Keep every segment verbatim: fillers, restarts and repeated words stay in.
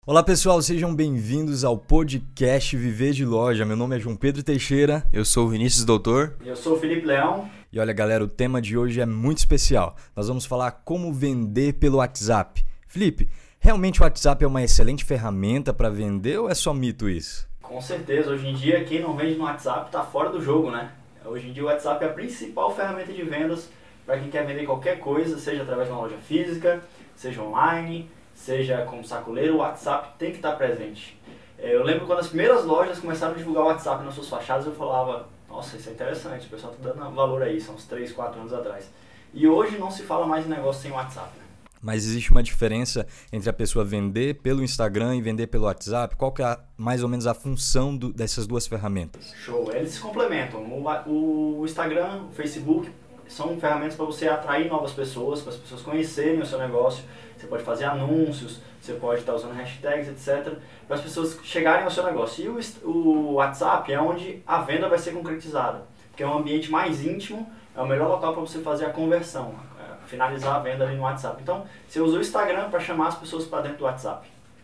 Olá pessoal, sejam bem-vindos ao podcast Viver de Loja. Meu nome é João Pedro Teixeira. Eu sou o Vinícius Doutor. Eu sou o Felipe Leão. E olha galera, o tema de hoje é muito especial. Nós vamos falar como vender pelo WhatsApp. Felipe, realmente o WhatsApp é uma excelente ferramenta para vender ou é só mito isso? Com certeza, hoje em dia quem não vende no WhatsApp está fora do jogo, né? Hoje em dia o WhatsApp é a principal ferramenta de vendas para quem quer vender qualquer coisa, seja através de uma loja física, seja online, seja como sacoleiro, o WhatsApp tem que estar presente. Eu lembro quando as primeiras lojas começaram a divulgar o WhatsApp nas suas fachadas, eu falava, nossa, isso é interessante, o pessoal está dando valor a isso, há uns três, quatro anos atrás. E hoje não se fala mais em negócio sem WhatsApp, né? Mas existe uma diferença entre a pessoa vender pelo Instagram e vender pelo WhatsApp? Qual que é a, mais ou menos a função do, dessas duas ferramentas? Show, eles se complementam. O, o Instagram, o Facebook são ferramentas para você atrair novas pessoas, para as pessoas conhecerem o seu negócio. Você pode fazer anúncios, você pode estar usando hashtags, etcétera, para as pessoas chegarem ao seu negócio. E o, o WhatsApp é onde a venda vai ser concretizada, porque é um ambiente mais íntimo, é o melhor local para você fazer a conversão, finalizar a venda ali no WhatsApp. Então, você usa o Instagram para chamar as pessoas para dentro do WhatsApp.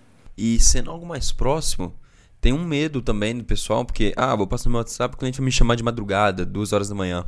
E sendo algo mais próximo, tem um medo também do pessoal, porque, ah, vou passar no meu WhatsApp, o cliente vai me chamar de madrugada, duas horas da manhã.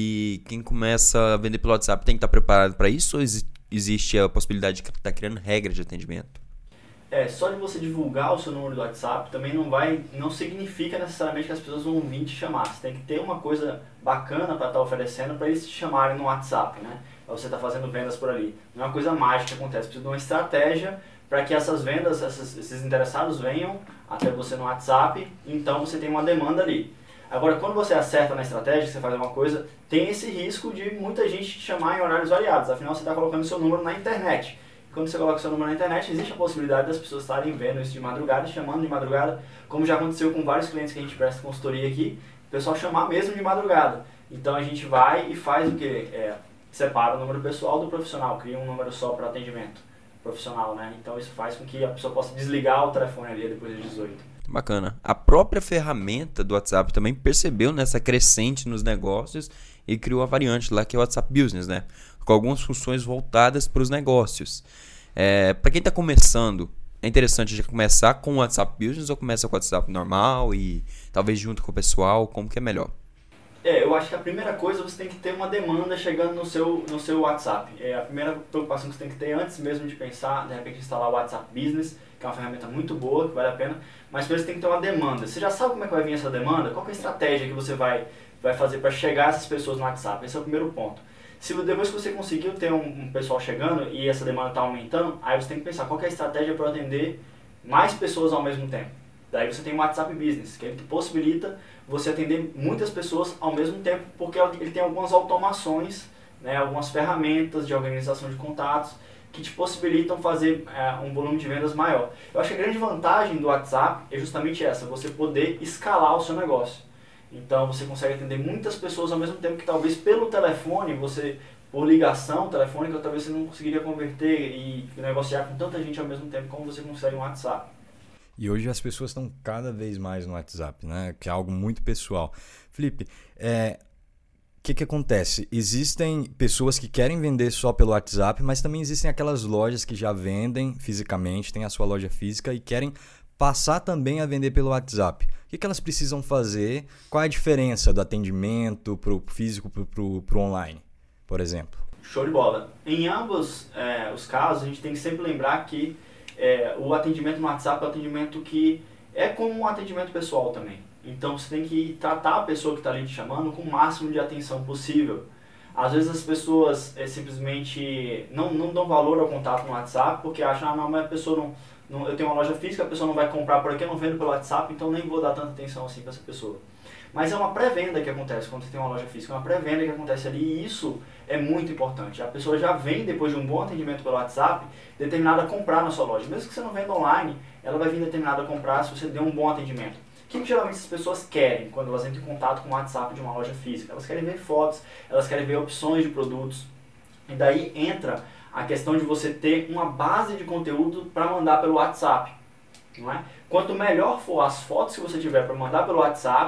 E quem começa a vender pelo WhatsApp tem que estar preparado para isso ou exi- existe a possibilidade de estar criando regras de atendimento? É, só de você divulgar o seu número do WhatsApp também não vai, não significa necessariamente que as pessoas vão vir te chamar. Você tem que ter uma coisa bacana para estar oferecendo para eles te chamarem no WhatsApp, né? Para você estar fazendo vendas por ali. Não é uma coisa mágica que acontece, precisa de uma estratégia para que essas vendas, essas, esses interessados venham até você no WhatsApp, então você tem uma demanda ali. Agora, quando você acerta na estratégia, você faz uma coisa, tem esse risco de muita gente te chamar em horários variados, afinal você está colocando seu número na internet. Quando você coloca seu número na internet, existe a possibilidade das pessoas estarem vendo isso de madrugada, chamando de madrugada, como já aconteceu com vários clientes que a gente presta consultoria aqui, o pessoal chamar mesmo de madrugada. Então a gente vai e faz o quê? É, separa o número pessoal do profissional, cria um número só para atendimento profissional, né? Então isso faz com que a pessoa possa desligar o telefone ali depois das dezoito. Bacana. A própria ferramenta do WhatsApp também percebeu nessa crescente nos negócios e criou a variante lá que é o WhatsApp Business, né? Com algumas funções voltadas para os negócios. É, para quem está começando, é interessante já começar com o WhatsApp Business ou começa com o WhatsApp normal e talvez junto com o pessoal, como que é melhor? É, eu acho que a primeira coisa você tem que ter uma demanda chegando no seu, no seu WhatsApp. É a primeira preocupação que você tem que ter antes mesmo de pensar, de repente instalar o WhatsApp Business, que é uma ferramenta muito boa, que vale a pena, mas primeiro você tem que ter uma demanda. Você já sabe como é que vai vir essa demanda? Qual que é a estratégia que você vai, vai fazer para chegar a essas pessoas no WhatsApp? Esse é o primeiro ponto. Se depois que você conseguiu ter um, um pessoal chegando e essa demanda está aumentando, aí você tem que pensar qual que é a estratégia para atender mais pessoas ao mesmo tempo. Daí você tem o WhatsApp Business, que ele possibilita você atender muitas pessoas ao mesmo tempo, porque ele tem algumas automações, né, algumas ferramentas de organização de contatos que te possibilitam fazer é, um volume de vendas maior. Eu acho que a grande vantagem do WhatsApp é justamente essa, você poder escalar o seu negócio. Então você consegue atender muitas pessoas ao mesmo tempo que talvez pelo telefone, você por ligação telefônica, talvez você não conseguiria converter e negociar com tanta gente ao mesmo tempo como você consegue no WhatsApp. E hoje as pessoas estão cada vez mais no WhatsApp, né? Que é algo muito pessoal. Felipe, é, o que, que acontece? Existem pessoas que querem vender só pelo WhatsApp, mas também existem aquelas lojas que já vendem fisicamente, têm a sua loja física e querem passar também a vender pelo WhatsApp. O que, que elas precisam fazer? Qual é a diferença do atendimento para o físico para o online, por exemplo? Show de bola. Em ambos é, os casos, a gente tem que sempre lembrar que É, o atendimento no WhatsApp é um atendimento que é como um atendimento pessoal também. Então você tem que tratar a pessoa que está ali te chamando com o máximo de atenção possível. Às vezes as pessoas é, simplesmente não, não dão valor ao contato no WhatsApp porque acham, ah, não, mas a pessoa não, não, eu tenho uma loja física, a pessoa não vai comprar por aqui, eu não vendo pelo WhatsApp, então nem vou dar tanta atenção assim para essa pessoa. Mas é uma pré-venda que acontece quando você tem uma loja física, é uma pré-venda que acontece ali e isso é muito importante. A pessoa já vem, depois de um bom atendimento pelo WhatsApp, determinada a comprar na sua loja. Mesmo que você não venda online, ela vai vir determinada a comprar se você der um bom atendimento. O que, que geralmente as pessoas querem quando elas entram em contato com o WhatsApp de uma loja física? Elas querem ver fotos, elas querem ver opções de produtos. E daí entra a questão de você ter uma base de conteúdo para mandar pelo WhatsApp. Não é? Quanto melhor for as fotos que você tiver para mandar pelo WhatsApp,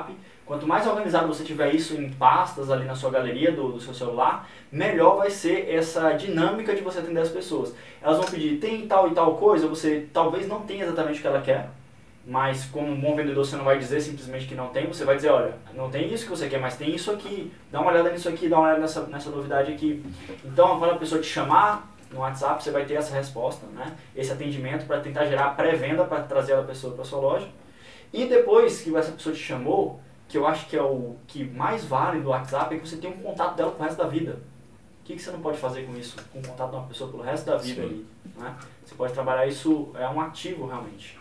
Quanto mais organizado você tiver isso em pastas ali na sua galeria do, do seu celular, melhor vai ser essa dinâmica de você atender as pessoas. Elas vão pedir, tem tal e tal coisa, você talvez não tenha exatamente o que ela quer, mas como um bom vendedor você não vai dizer simplesmente que não tem, você vai dizer, olha, não tem isso que você quer, mas tem isso aqui, dá uma olhada nisso aqui, dá uma olhada nessa, nessa novidade aqui. Então, quando a pessoa te chamar no WhatsApp, você vai ter essa resposta, né? Esse atendimento para tentar gerar pré-venda para trazer a pessoa para sua loja. E depois que essa pessoa te chamou, que eu acho que é o que mais vale do WhatsApp, é que você tem um contato dela pro resto da vida. O que, que você não pode fazer com isso? Com o contato de uma pessoa pelo resto da vida ali, né? Você pode trabalhar isso, é um ativo realmente.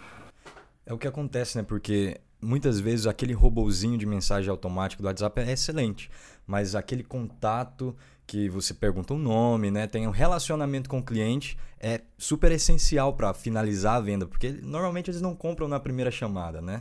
É o que acontece, né? Porque muitas vezes aquele robozinho de mensagem automática do WhatsApp é excelente, mas aquele contato que você pergunta o nome, né? Tem um relacionamento com o cliente, é super essencial para finalizar a venda, porque normalmente eles não compram na primeira chamada, né?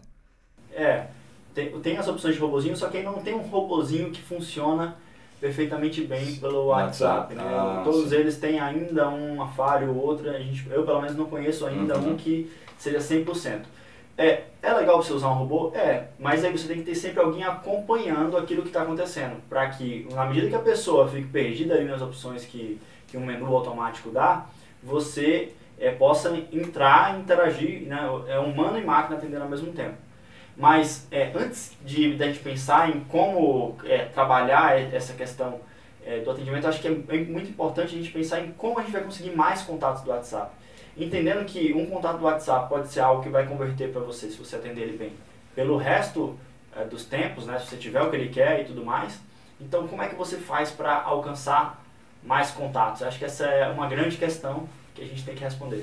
É, tem, tem as opções de robozinho, só que aí não tem um robozinho que funciona perfeitamente bem pelo WhatsApp, né? Ah, Todos sim. eles têm ainda uma falha ou outra, a gente, eu pelo menos não conheço ainda Uhum. um que seja cem por cento. É, é legal você usar um robô? É, mas aí você tem que ter sempre alguém acompanhando aquilo que está acontecendo, para que, na medida que a pessoa fique perdida ali nas opções que, que um menu automático dá, você é, possa entrar e interagir, né? É humano e máquina atendendo ao mesmo tempo. Mas é, antes de, de a gente pensar em como é, trabalhar essa questão é, do atendimento, eu acho que é, é muito importante a gente pensar em como a gente vai conseguir mais contatos do WhatsApp. Entendendo que um contato do WhatsApp pode ser algo que vai converter para você, se você atender ele bem, pelo resto é, dos tempos, né, se você tiver o que ele quer e tudo mais. Então, como é que você faz para alcançar mais contatos? Eu acho que essa é uma grande questão que a gente tem que responder.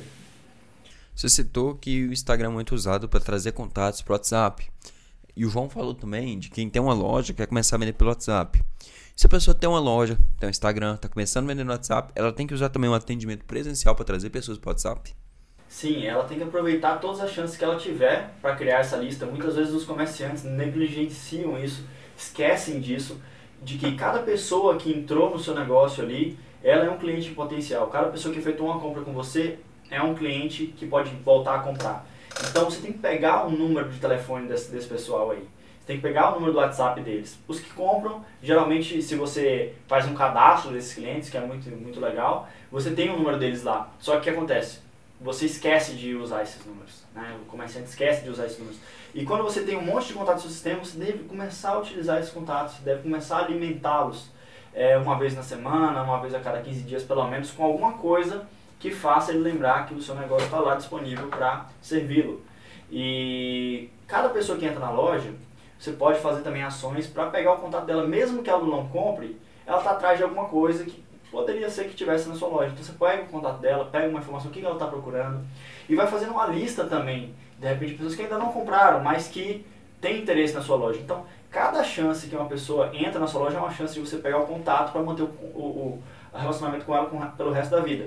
Você citou que o Instagram é muito usado para trazer contatos para o WhatsApp. E o João falou também de quem tem uma loja quer começar a vender pelo WhatsApp. Se a pessoa tem uma loja, tem um Instagram, está começando a vender no WhatsApp, ela tem que usar também um atendimento presencial para trazer pessoas para o WhatsApp? Sim, ela tem que aproveitar todas as chances que ela tiver para criar essa lista. Muitas vezes os comerciantes negligenciam isso, esquecem disso, de que cada pessoa que entrou no seu negócio ali, ela é um cliente em potencial. Cada pessoa que efetuou uma compra com você é um cliente que pode voltar a comprar. Então você tem que pegar o número de telefone desse, desse pessoal aí. Você tem que pegar o número do WhatsApp deles. Os que compram, geralmente, se você faz um cadastro desses clientes, que é muito, muito legal, você tem o número deles lá. Só que o que acontece? Você esquece de usar esses números, né? O comerciante esquece de usar esses números. E quando você tem um monte de contatos no seu sistema, você deve começar a utilizar esses contatos, você deve começar a alimentá-los é, uma vez na semana, uma vez a cada quinze dias, pelo menos, com alguma coisa que faça ele lembrar que o seu negócio está lá disponível para servi-lo. E cada pessoa que entra na loja, você pode fazer também ações para pegar o contato dela, mesmo que ela não compre, ela está atrás de alguma coisa que poderia ser que tivesse na sua loja. Então você pega o contato dela, pega uma informação, o que ela está procurando, e vai fazendo uma lista também, de repente, de pessoas que ainda não compraram, mas que têm interesse na sua loja. Então, cada chance que uma pessoa entra na sua loja é uma chance de você pegar o contato para manter o, o, o relacionamento com ela com, pelo resto da vida.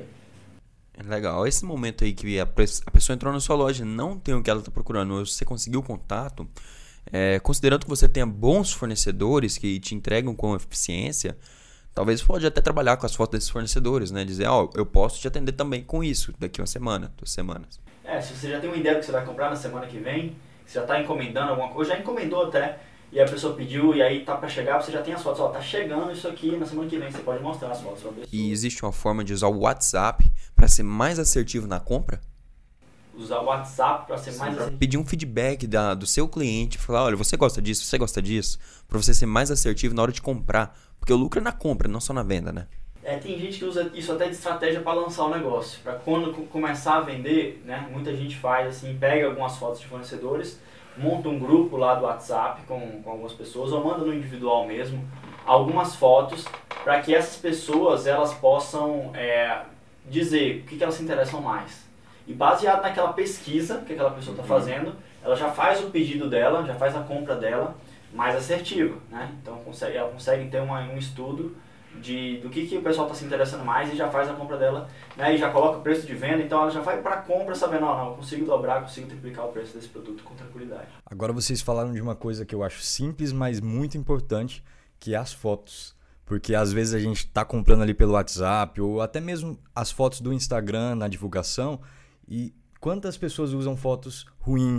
Legal. Esse momento aí que a pessoa entrou na sua loja e não tem o que ela está procurando, ou você conseguiu o contato, é, considerando que você tenha bons fornecedores que te entregam com eficiência, talvez pode até trabalhar com as fotos desses fornecedores, né? Dizer, ó, oh, eu posso te atender também com isso daqui uma semana, duas semanas. É, se você já tem uma ideia do que você vai comprar na semana que vem, você já está encomendando alguma coisa, já encomendou até, e a pessoa pediu e aí tá para chegar, você já tem as fotos, ó, tá chegando isso aqui, na semana que vem você pode mostrar as fotos pra pessoa. E existe uma forma de usar o WhatsApp para ser mais assertivo na compra? Usar o WhatsApp para ser mais assertivo. Pedir um feedback da, do seu cliente, falar, olha, você gosta disso, você gosta disso, para você ser mais assertivo na hora de comprar, porque o lucro é na compra, não só na venda, né? É, tem gente que usa isso até de estratégia para lançar o negócio, para quando começar a vender, né? Muita gente faz assim, pega algumas fotos de fornecedores, monta um grupo lá do WhatsApp com, com algumas pessoas, ou manda no individual mesmo, algumas fotos, para que essas pessoas elas possam é, dizer o que, que elas se interessam mais. E baseado naquela pesquisa que aquela pessoa está Uhum. fazendo, ela já faz o pedido dela, já faz a compra dela mais assertiva, né? Então consegue, ela consegue ter uma, um estudo de, do que, que o pessoal está se interessando mais e já faz a compra dela, né? E já coloca o preço de venda, então ela já vai para a compra sabendo, ó, não, eu consigo dobrar, consigo triplicar o preço desse produto com tranquilidade. Agora vocês falaram de uma coisa que eu acho simples, mas muito importante, que é as fotos. Porque às vezes a gente está comprando ali pelo WhatsApp ou até mesmo as fotos do Instagram na divulgação, e quantas pessoas usam fotos ruins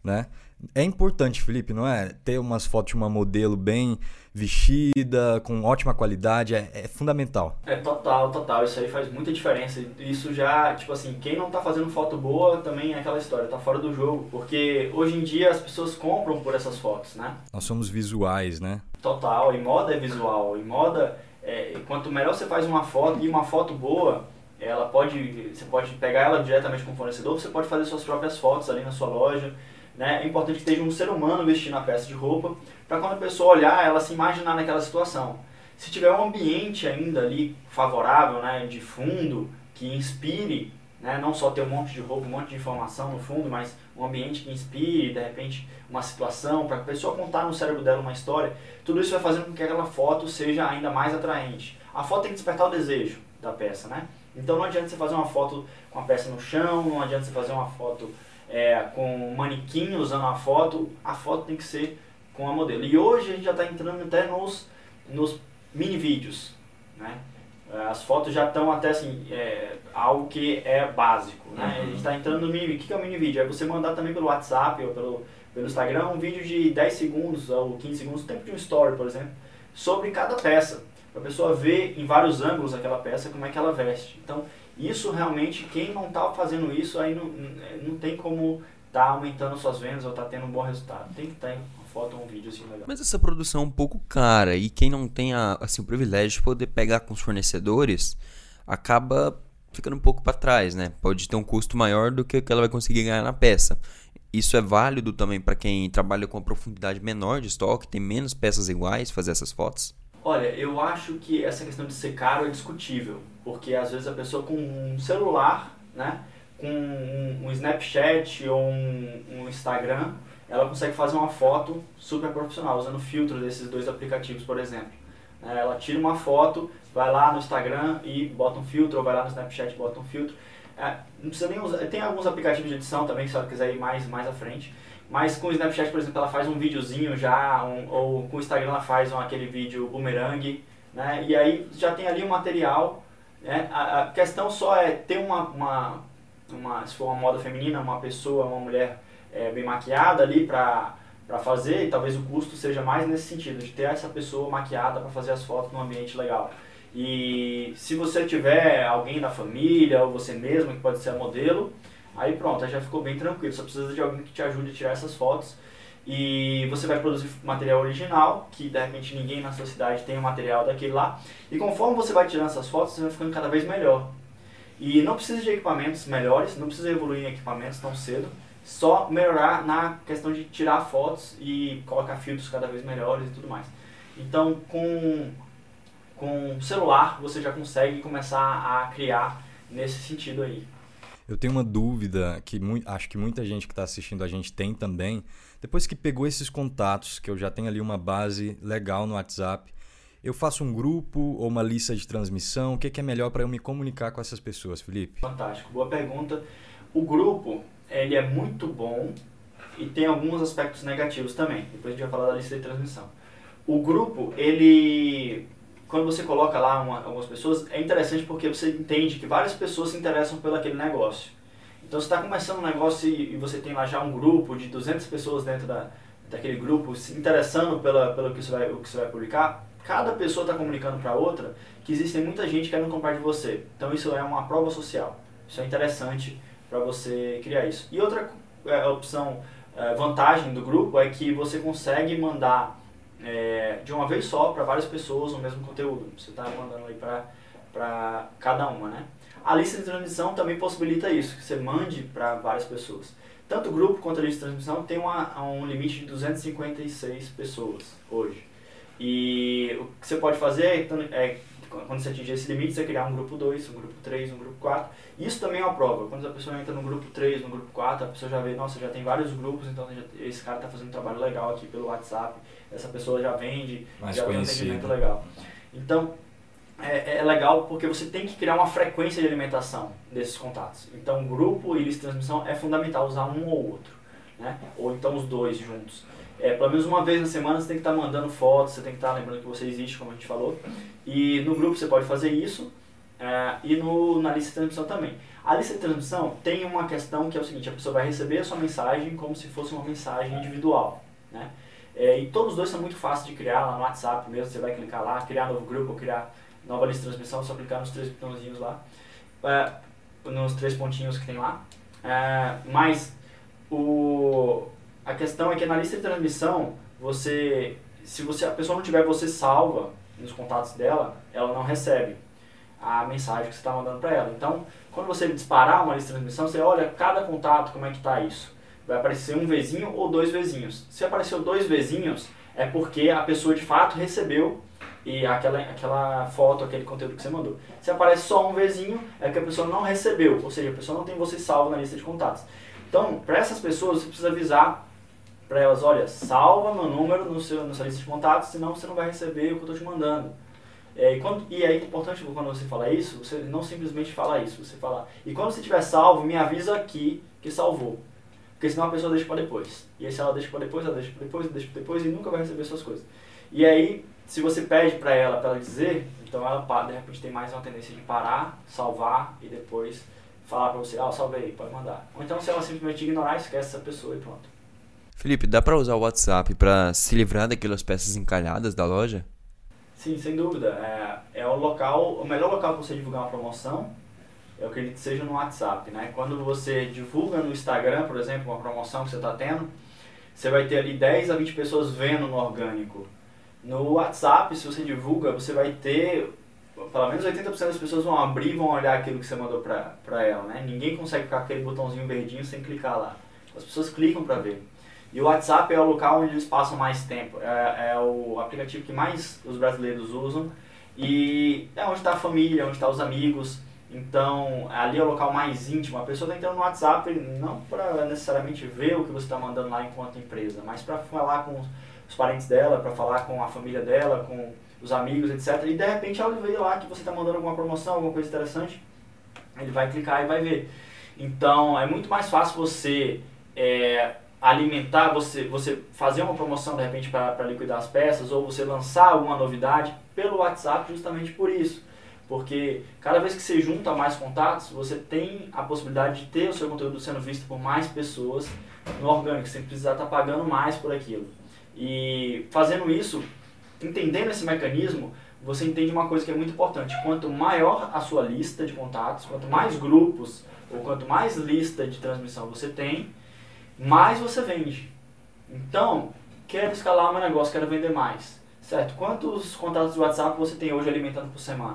né? É importante, Felipe, não é? Ter umas fotos de uma modelo bem vestida, com ótima qualidade, é, é fundamental. É total, total. Isso aí faz muita diferença. Isso já, tipo assim, quem não tá fazendo foto boa também é aquela história, tá fora do jogo. Porque hoje em dia as pessoas compram por essas fotos, né? Nós somos visuais, né? Total. E moda é visual. E moda, é, quanto melhor você faz uma foto, e uma foto boa, ela pode, você pode pegar ela diretamente com o fornecedor, você pode fazer suas próprias fotos ali na sua loja. Né? É importante que esteja um ser humano vestindo a peça de roupa, para quando a pessoa olhar, ela se imaginar naquela situação. Se tiver um ambiente ainda ali favorável, né, de fundo, que inspire, né, não só ter um monte de roupa, um monte de informação no fundo, mas um ambiente que inspire, de repente, uma situação, para a pessoa contar no cérebro dela uma história, tudo isso vai fazendo com que aquela foto seja ainda mais atraente. A foto tem que despertar o desejo da peça, né? Então não adianta você fazer uma foto com a peça no chão, não adianta você fazer uma foto É, com um manequim usando a foto, a foto tem que ser com a modelo. E hoje a gente já está entrando até nos, nos mini vídeos, né? As fotos já estão até assim, é, algo que é básico, né? Uhum. A gente está entrando no mini vídeo. O que é o mini vídeo? É você mandar também pelo WhatsApp ou pelo, pelo Instagram um vídeo de dez segundos ou quinze segundos, o tempo de um story, por exemplo, sobre cada peça, para a pessoa ver em vários ângulos aquela peça, como é que ela veste. Então, isso realmente, quem não está fazendo isso, aí não, não tem como estar tá aumentando suas vendas ou estar tá tendo um bom resultado. Tem que ter uma foto ou um vídeo assim legal. Mas essa produção é um pouco cara e quem não tem a, assim, o privilégio de poder pegar com os fornecedores acaba ficando um pouco para trás, né? Pode ter um custo maior do que o que ela vai conseguir ganhar na peça. Isso é válido também para quem trabalha com uma profundidade menor de estoque, tem menos peças iguais, fazer essas fotos? Olha, eu acho que essa questão de ser caro é discutível, porque às vezes a pessoa com um celular, né, com um, um Snapchat ou um, um Instagram, ela consegue fazer uma foto super profissional, usando o filtro desses dois aplicativos, por exemplo. Ela tira uma foto, vai lá no Instagram e bota um filtro, ou vai lá no Snapchat e bota um filtro. Não precisa nem usar, tem alguns aplicativos de edição também, se ela quiser ir mais, mais à frente. Mas com o Snapchat, por exemplo, ela faz um videozinho já, um, ou com o Instagram ela faz um, aquele vídeo boomerang, né? E aí já tem ali um material, né? A, a questão só é ter uma, uma, uma, se for uma moda feminina, uma pessoa, uma mulher é, bem maquiada ali para para fazer, e talvez o custo seja mais nesse sentido, de ter essa pessoa maquiada para fazer as fotos num ambiente legal. E se você tiver alguém da família, ou você mesmo, que pode ser a modelo, aí pronto, aí já ficou bem tranquilo, só precisa de alguém que te ajude a tirar essas fotos. E você vai produzir material original, que de repente ninguém na sua cidade tem o material daquele lá. E conforme você vai tirando essas fotos, você vai ficando cada vez melhor. E não precisa de equipamentos melhores, não precisa evoluir em equipamentos tão cedo. Só melhorar na questão de tirar fotos e colocar filtros cada vez melhores e tudo mais. Então, com, com celular, você já consegue começar a criar nesse sentido aí. Eu tenho uma dúvida que muito, acho que muita gente que está assistindo a gente tem também. Depois que pegou esses contatos, que eu já tenho ali uma base legal no WhatsApp, eu faço um grupo ou uma lista de transmissão? O que, que é melhor para eu me comunicar com essas pessoas, Felipe? Fantástico, boa pergunta. O grupo, ele é muito bom e tem alguns aspectos negativos também. Depois a gente vai falar da lista de transmissão. O grupo, ele... Quando você coloca lá uma, algumas pessoas, é interessante porque você entende que várias pessoas se interessam pelo aquele negócio. Então, você está começando um negócio e, e você tem lá já um grupo de duzentas pessoas dentro da, daquele grupo se interessando pela, pelo que você vai, o que você vai publicar. Cada pessoa está comunicando para outra que existe muita gente querendo comprar de você. Então, isso é uma prova social. Isso é interessante para você criar isso. E outra é, opção, é, vantagem do grupo é que você consegue mandar É, de uma vez só para várias pessoas o mesmo conteúdo. Você está mandando aí para cada uma, né? A lista de transmissão também possibilita isso, que você mande para várias pessoas. Tanto o grupo quanto a lista de transmissão tem uma, um limite de duzentas e cinquenta e seis pessoas hoje. E o que você pode fazer é, é quando você atingir esse limite, você criar um grupo dois, um grupo três, um grupo quatro. Isso também é uma prova. Quando a pessoa entra no grupo três, no grupo quatro, a pessoa já vê, nossa, já tem vários grupos, então já, esse cara está fazendo um trabalho legal aqui pelo WhatsApp, essa pessoa já vende, mais já conhecido. tem um atendimento legal. Então, é, é legal porque você tem que criar uma frequência de alimentação desses contatos. Então, grupo e lista de transmissão é fundamental usar um ou outro, né? Ou então os dois juntos. É, pelo menos uma vez na semana você tem que estar mandando fotos, você tem que estar lembrando que você existe, como a gente falou. E no grupo você pode fazer isso, é, e no, na lista de transmissão também. A lista de transmissão tem uma questão que é o seguinte, a pessoa vai receber a sua mensagem como se fosse uma mensagem individual, né? É, e todos os dois são muito fáceis de criar lá no WhatsApp mesmo, você vai clicar lá, criar novo grupo ou criar nova lista de transmissão, é só clicar nos três botãozinhos lá, é, nos três pontinhos que tem lá. É, mas o, a questão é que na lista de transmissão, você, se você, a pessoa não tiver você salva nos contatos dela, ela não recebe a mensagem que você está mandando para ela. Então, quando você disparar uma lista de transmissão, você olha cada contato, como é que está isso. Vai aparecer um Vzinho ou dois Vzinhos. Se apareceu dois Vzinhos, é porque a pessoa de fato recebeu e aquela, aquela foto, aquele conteúdo que você mandou. Se aparece só um Vzinho, é que a pessoa não recebeu, ou seja, a pessoa não tem você salvo na lista de contatos. Então, para essas pessoas, você precisa avisar para elas, olha, salva meu número no seu, na sua lista de contatos, senão você não vai receber o que eu estou te mandando. É, e, quando, e aí é importante quando você fala isso, você não simplesmente fala isso, você fala, e quando você tiver salvo, me avisa aqui que salvou. Porque senão a pessoa deixa para depois. E aí se ela deixa para depois, ela deixa para depois, ela deixa para depois e nunca vai receber suas coisas. E aí, se você pede para ela, para ela dizer, então ela de repente tem mais uma tendência de parar, salvar e depois falar para você, ah, eu salvei, pode mandar. Ou então se ela simplesmente ignorar, esquece essa pessoa e pronto. Felipe, dá para usar o WhatsApp para se livrar daquelas peças encalhadas da loja? Sim, sem dúvida. É, é o local, o melhor local para você divulgar uma promoção, eu acredito que seja no WhatsApp, né? Quando você divulga no Instagram, por exemplo, uma promoção que você está tendo, você vai ter ali dez a vinte pessoas vendo no orgânico. No WhatsApp, se você divulga, você vai ter, pelo menos oitenta por cento das pessoas vão abrir e vão olhar aquilo que você mandou para ela, né? Ninguém consegue ficar com aquele botãozinho verdinho sem clicar lá. As pessoas clicam para ver. E o WhatsApp é o local onde eles passam mais tempo. É, é o aplicativo que mais os brasileiros usam. E é onde está a família, onde estão os amigos. Então, ali é o local mais íntimo. A pessoa está entrando no WhatsApp não para necessariamente ver o que você está mandando lá enquanto empresa, mas para falar com os parentes dela, para falar com a família dela, com os amigos, etcétera. E de repente ela vê lá que você está mandando alguma promoção, alguma coisa interessante. Ele vai clicar e vai ver. Então, é muito mais fácil você... É, alimentar, você, você fazer uma promoção de repente para liquidar as peças ou você lançar alguma novidade pelo WhatsApp justamente por isso. Porque cada vez que você junta mais contatos, você tem a possibilidade de ter o seu conteúdo sendo visto por mais pessoas no orgânico, sem precisar estar pagando mais por aquilo. E fazendo isso, entendendo esse mecanismo, você entende uma coisa que é muito importante. Quanto maior a sua lista de contatos, quanto mais grupos ou quanto mais lista de transmissão você tem, mais você vende. Então, quero escalar meu negócio, quero vender mais, certo? Quantos contatos de WhatsApp você tem hoje alimentando por semana?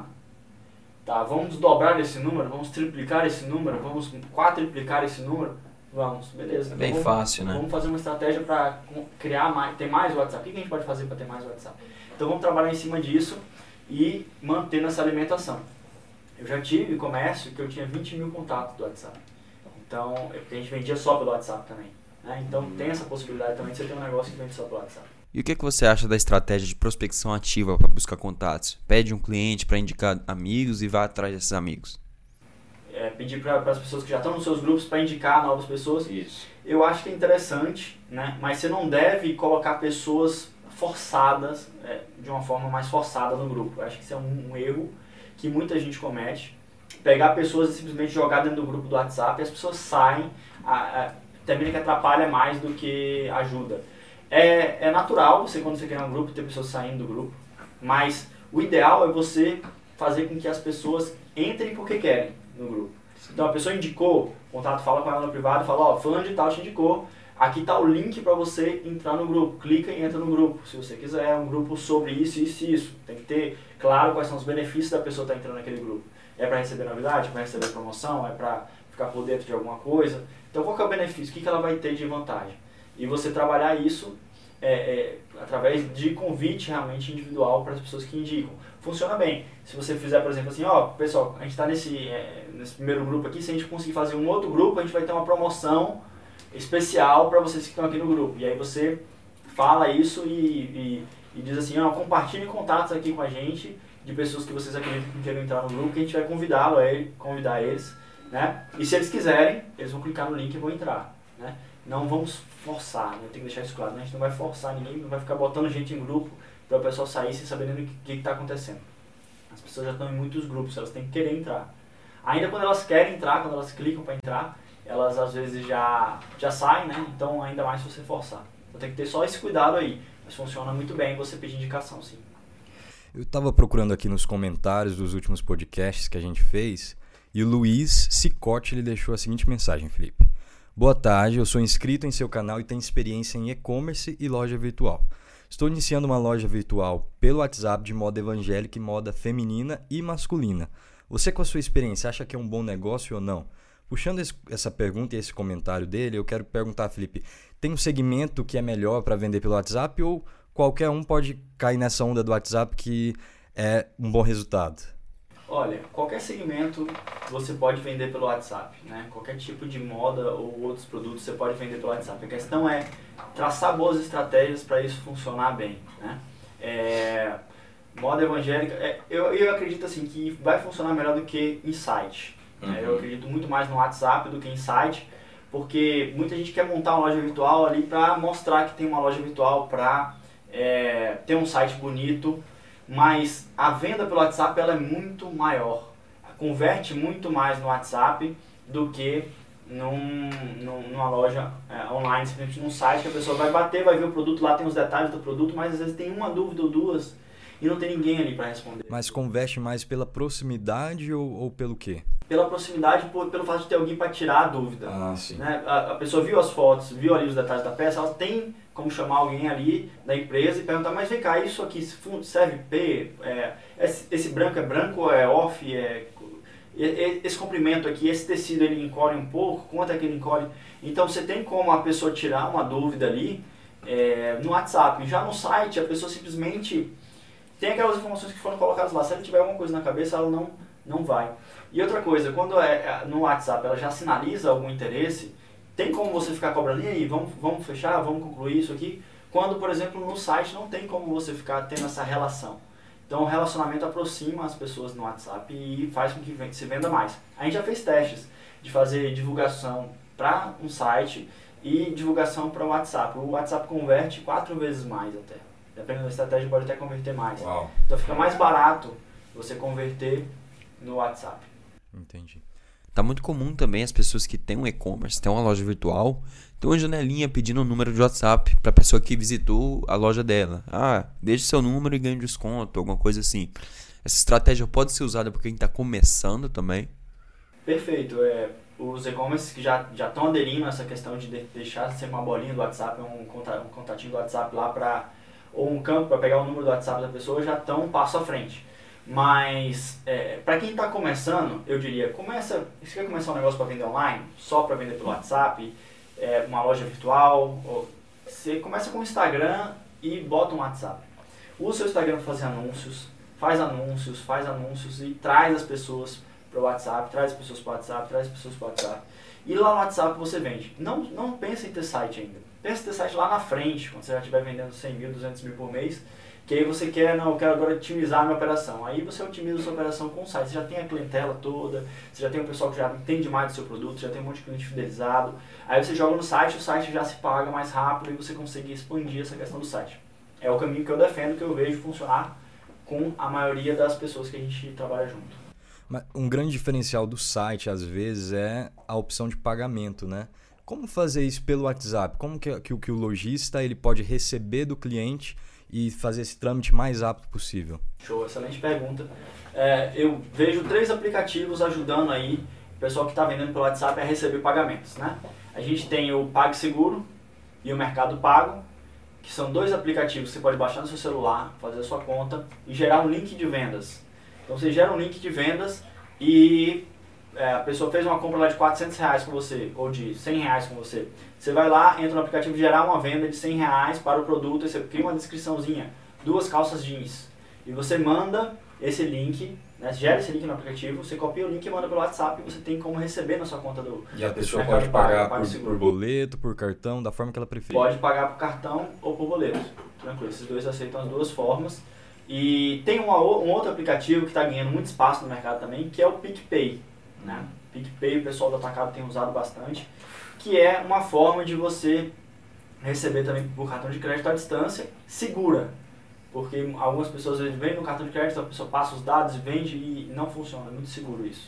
Tá, vamos dobrar esse número, vamos triplicar esse número, vamos quadriplicar esse número? Vamos, beleza. Então Bem vamos, fácil, né? Vamos fazer uma estratégia para criar mais, ter mais WhatsApp. O que a gente pode fazer para ter mais WhatsApp? Então vamos trabalhar em cima disso e manter nessa alimentação. Eu já tive comércio que eu tinha vinte mil contatos do WhatsApp. Então, a gente vendia só pelo WhatsApp também. Né? Então, tem essa possibilidade também de você ter um negócio que vende só pelo WhatsApp. E o que, que você acha da estratégia de prospecção ativa para buscar contatos? Pede um cliente para indicar amigos e vá atrás desses amigos. É, pedir para as pessoas que já estão nos seus grupos para indicar novas pessoas. Isso. Eu acho que é interessante, né? Mas você não deve colocar pessoas forçadas, é, de uma forma mais forçada no grupo. Eu acho que isso é um, um erro que muita gente comete. Pegar pessoas e simplesmente jogar dentro do grupo do WhatsApp e as pessoas saem, a, a, também que atrapalha mais do que ajuda. É, é natural você, quando você criar um grupo, ter pessoas saindo do grupo, mas o ideal é você fazer com que as pessoas entrem porque querem no grupo. Então a pessoa indicou, o contato fala com ela no privado e fala, ó, fulano de tal te indicou, aqui está o link para você entrar no grupo, clica e entra no grupo, se você quiser, é um grupo sobre isso, isso e isso. Tem que ter claro quais são os benefícios da pessoa estar entrando naquele grupo. É para receber novidade, é para receber promoção, é para ficar por dentro de alguma coisa. Então qual que é o benefício? O que, que ela vai ter de vantagem? E você trabalhar isso é, é, através de convite realmente individual para as pessoas que indicam. Funciona bem. Se você fizer, por exemplo, assim, ó, pessoal, a gente está nesse, é, nesse primeiro grupo aqui, se a gente conseguir fazer um outro grupo, a gente vai ter uma promoção especial para vocês que estão aqui no grupo. E aí você fala isso e, e, e diz assim, ó, compartilhe contatos aqui com a gente, de pessoas que vocês acreditam que querem entrar no grupo, que a gente vai convidá-lo, convidar eles, né? E se eles quiserem, eles vão clicar no link e vão entrar, né? Não vamos forçar, né? Tem que deixar isso claro, né? A gente não vai forçar ninguém, não vai ficar botando gente em grupo para o pessoal sair sem saber nem o que está acontecendo. As pessoas já estão em muitos grupos, elas têm que querer entrar. Ainda quando elas querem entrar, quando elas clicam para entrar, elas às vezes já, já saem, né? Então ainda mais se você forçar. Então tem que ter só esse cuidado aí. Mas funciona muito bem você pedir indicação, sim. Eu estava procurando aqui nos comentários dos últimos podcasts que a gente fez e o Luiz Cicotti ele deixou a seguinte mensagem, Felipe. Boa tarde, eu sou inscrito em seu canal e tenho experiência em e-commerce e loja virtual. Estou iniciando uma loja virtual pelo WhatsApp de moda evangélica e moda feminina e masculina. Você, com a sua experiência, acha que é um bom negócio ou não? Puxando esse, essa pergunta e esse comentário dele, eu quero perguntar, Felipe, tem um segmento que é melhor para vender pelo WhatsApp ou qualquer um pode cair nessa onda do WhatsApp que é um bom resultado? Olha, qualquer segmento você pode vender pelo WhatsApp, né? Qualquer tipo de moda ou outros produtos você pode vender pelo WhatsApp. A questão é traçar boas estratégias para isso funcionar bem, né? É, moda evangélica, é, eu, eu acredito assim que vai funcionar melhor do que em site. Uhum. Né? Eu acredito muito mais no WhatsApp do que em site, porque muita gente quer montar uma loja virtual ali para mostrar que tem uma loja virtual, para é, ter um site bonito, mas a venda pelo WhatsApp ela é muito maior, converte muito mais no WhatsApp do que num, num, numa loja é, online, simplesmente num site que a pessoa vai bater, vai ver o produto, lá tem os detalhes do produto, mas às vezes tem uma dúvida ou duas e não tem ninguém ali para responder. Mas converte mais pela proximidade ou, ou pelo quê? Pela proximidade, por, pelo fato de ter alguém para tirar a dúvida. Ah, sim. Né? A, a pessoa viu as fotos, viu ali os detalhes da peça, ela tem como chamar alguém ali da empresa e perguntar, mas vem cá, isso aqui serve P? É, esse, esse branco é branco ou é off? É, esse comprimento aqui, esse tecido ele encolhe um pouco, quanto é que ele encolhe? Então você tem como a pessoa tirar uma dúvida ali é, no WhatsApp. Já no site, a pessoa simplesmente tem aquelas informações que foram colocadas lá. Se ela tiver alguma coisa na cabeça, ela não, não vai. E outra coisa, quando é no WhatsApp ela já sinaliza algum interesse, tem como você ficar cobrando, e aí, vamos, vamos fechar, vamos concluir isso aqui? Quando, por exemplo, no site não tem como você ficar tendo essa relação. Então o relacionamento aproxima as pessoas no WhatsApp e faz com que se venda mais. A gente já fez testes de fazer divulgação para um site e divulgação para o WhatsApp. O WhatsApp converte quatro vezes mais até. Dependendo da estratégia pode até converter mais. Uau. Então fica mais barato você converter no WhatsApp. Entendi. Tá muito comum também as pessoas que têm um e-commerce, têm uma loja virtual, tem uma janelinha pedindo o um número de WhatsApp para a pessoa que visitou a loja dela. Ah, deixe seu número e ganhe um desconto, alguma coisa assim. Essa estratégia pode ser usada por quem está começando também? Perfeito. É, os e-commerce que já já estão aderindo a essa questão de deixar ser uma bolinha do WhatsApp, um, um contatinho do WhatsApp lá para ou um campo para pegar o número do WhatsApp da pessoa, já estão um passo à frente. Mas, é, para quem está começando, eu diria, começa, se quer começar um negócio para vender online, só para vender pelo WhatsApp, é, uma loja virtual, ou, você começa com o Instagram e bota um WhatsApp. Usa o seu Instagram para fazer anúncios, faz anúncios, faz anúncios e traz as pessoas para o WhatsApp, traz as pessoas para o WhatsApp, traz as pessoas para o WhatsApp. E lá no WhatsApp você vende. Não, não pense em ter site ainda. Pense em ter site lá na frente, quando você já estiver vendendo cem mil, duzentos mil por mês. Que aí você quer, não, eu quero agora otimizar a minha operação. Aí você otimiza a sua operação com o site. Você já tem a clientela toda, você já tem o pessoal que já entende mais do seu produto, já tem um monte de cliente fidelizado. Aí você joga no site, o site já se paga mais rápido e você consegue expandir essa questão do site. É o caminho que eu defendo, que eu vejo funcionar com a maioria das pessoas que a gente trabalha junto. Mas um grande diferencial do site, às vezes, é a opção de pagamento, né? Como fazer isso pelo WhatsApp? Como que, que, que o lojista ele pode receber do cliente e fazer esse trâmite mais rápido possível? Show, excelente pergunta. É, eu vejo três aplicativos ajudando aí o pessoal que está vendendo pelo WhatsApp a receber pagamentos, né? A gente tem o PagSeguro e o Mercado Pago, que são dois aplicativos que você pode baixar no seu celular, fazer a sua conta e gerar um link de vendas. Então você gera um link de vendas e é, a pessoa fez uma compra lá de quatrocentos reais com você, ou de cem reais com você. Você vai lá, entra no aplicativo de gerar uma venda de cem reais para o produto, e você cria uma descriçãozinha, duas calças jeans. E você manda esse link, né, gera esse link no aplicativo, você copia o link e manda pelo WhatsApp e você tem como receber na sua conta do E a pessoa Mercado pode pagar Pago, por, por boleto, por cartão, da forma que ela preferir. Pode pagar por cartão ou por boleto. Tranquilo, esses dois aceitam as duas formas. E tem uma, um outro aplicativo que está ganhando muito espaço no mercado também, que é o PicPay. Né? PicPay o pessoal do atacado tem usado bastante, que é uma forma de você receber também por cartão de crédito à distância, segura. Porque algumas pessoas vendem no cartão de crédito, a pessoa passa os dados e vende e não funciona, é muito seguro isso.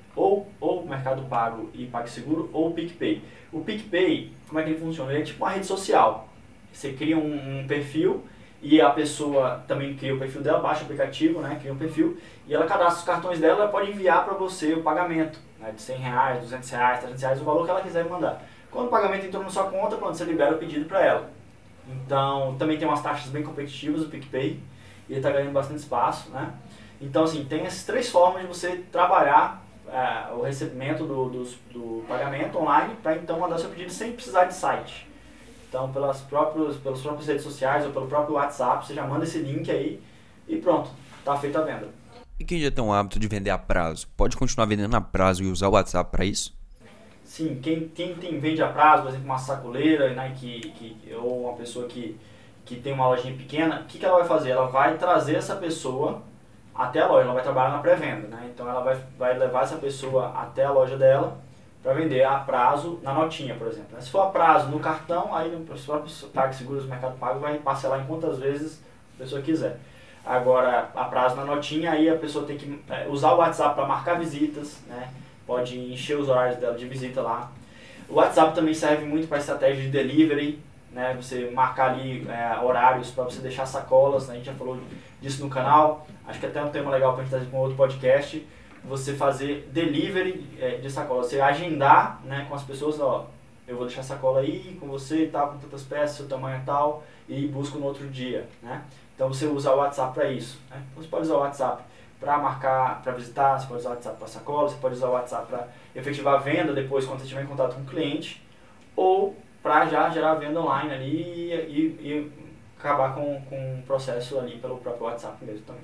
ou ou Mercado Pago e PagSeguro ou o PicPay. O PicPay, como é que ele funciona? Ele é tipo uma rede social. Você cria um, um perfil e a pessoa também cria o perfil dela, baixa o aplicativo, né, cria um perfil e ela cadastra os cartões dela, ela pode enviar para você o pagamento, né, de cem reais, duzentos reais, trezentos reais, o valor que ela quiser mandar. Quando o pagamento entrou na sua conta, pronto, você libera o pedido para ela. Então, também tem umas taxas bem competitivas o PicPay e ele está ganhando bastante espaço, né? Então, assim, tem essas três formas de você trabalhar é, o recebimento do, do, do pagamento online para então mandar seu pedido sem precisar de site. Então, pelas próprias, pelas próprias redes sociais ou pelo próprio WhatsApp, você já manda esse link aí e pronto, está feita a venda. E quem já tem o hábito de vender a prazo, pode continuar vendendo a prazo e usar o WhatsApp para isso? Sim, quem, quem tem, vende a prazo, por exemplo, uma sacoleira, né, que, que, ou uma pessoa que, que tem uma lojinha pequena, o que, que ela vai fazer? Ela vai trazer essa pessoa até a loja, ela vai trabalhar na pré-venda, né? Então ela vai, vai levar essa pessoa até a loja dela para vender a prazo na notinha, por exemplo. Se for a prazo no cartão, aí no próprio PagSeguro, Mercado Pago, vai parcelar em quantas vezes a pessoa quiser. Agora, a prazo na notinha, aí a pessoa tem que usar o WhatsApp para marcar visitas, né? Pode encher os horários dela de visita lá. O WhatsApp também serve muito para estratégia de delivery, né? Você marcar ali é, horários para você deixar sacolas, né? A gente já falou disso no canal, acho que até é um tema legal para a gente trazer para um outro podcast. Você fazer delivery é, de sacola, você agendar, né, com as pessoas, ó, eu vou deixar a sacola aí com você e tal, com tantas peças, seu tamanho e tal, e busco no outro dia, né? Então você usa o WhatsApp para isso, né? Então, você pode usar o WhatsApp para marcar, para visitar, você pode usar o WhatsApp para sacola, você pode usar o WhatsApp para efetivar a venda depois quando você estiver em contato com o cliente, ou para já gerar a venda online ali e, e, e acabar com, com o processo ali pelo próprio WhatsApp mesmo também.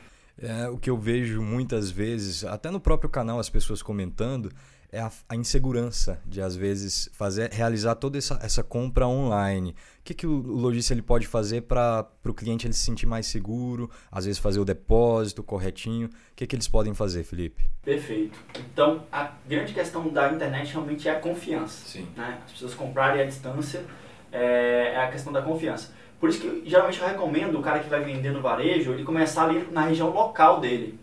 É, o que eu vejo muitas vezes, até no próprio canal as pessoas comentando, é a, a insegurança de às vezes fazer, realizar toda essa, essa compra online. O que, que o, o lojista ele pode fazer para o cliente ele se sentir mais seguro, às vezes fazer o depósito corretinho? O que, que eles podem fazer, Felipe? Perfeito. Então, a grande questão da internet realmente é a confiança. Sim. Né? As pessoas comprarem à distância é, é a questão da confiança. Por isso que geralmente eu recomendo o cara que vai vender no varejo, ele começar ali na região local dele.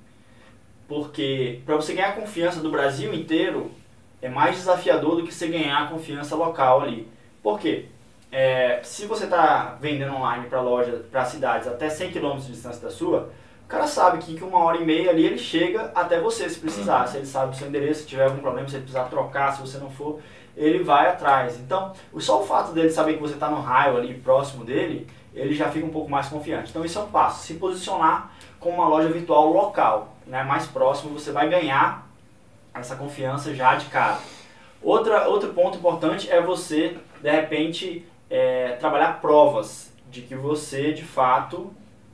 Porque para você ganhar a confiança do Brasil inteiro, é mais desafiador do que você ganhar a confiança local ali. Por quê? É, se você está vendendo online para loja, para cidades até cem quilômetros de distância da sua, o cara sabe que com uma hora e meia ali ele chega até você se precisar. Se ele sabe o seu endereço, se tiver algum problema, se ele precisar trocar, se você não for, ele vai atrás. Então, só o fato dele saber que você está no raio ali próximo dele, ele já fica um pouco mais confiante. Então, isso é um passo. Se posicionar como uma loja virtual local, né, mais próximo, você vai ganhar essa confiança já de cara. Outra, outro ponto importante é você, de repente, é, trabalhar provas de que você, de fato,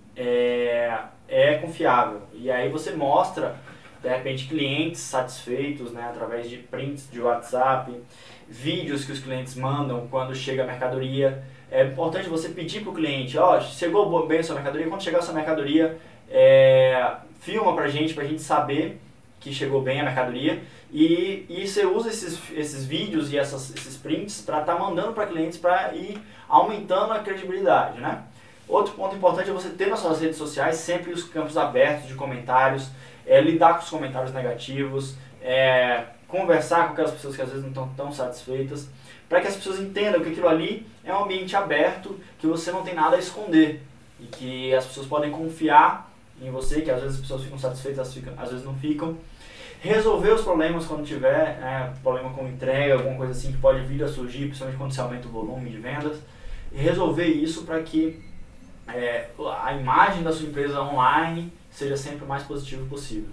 é, é confiável. E aí você mostra, de repente, clientes satisfeitos, né, através de prints de WhatsApp, vídeos que os clientes mandam quando chega a mercadoria. É importante você pedir para o cliente, ó, chegou bem a sua mercadoria, quando chegar a sua mercadoria, é, filma pra gente, pra gente saber que chegou bem a mercadoria, e, e você usa esses, esses vídeos e essas, esses prints para estar tá mandando para clientes para ir aumentando a credibilidade, né? Outro ponto importante é você ter nas suas redes sociais sempre os campos abertos de comentários, é, lidar com os comentários negativos, é, conversar com aquelas pessoas que às vezes não estão tão satisfeitas, para que as pessoas entendam que aquilo ali é um ambiente aberto, que você não tem nada a esconder e que as pessoas podem confiar em você, que às vezes as pessoas ficam satisfeitas, ficam, às vezes não ficam. Resolver os problemas quando tiver, né, problema com entrega, alguma coisa assim que pode vir a surgir, principalmente quando você aumenta o volume de vendas, e resolver isso para que é, a imagem da sua empresa online seja sempre o mais positivo possível.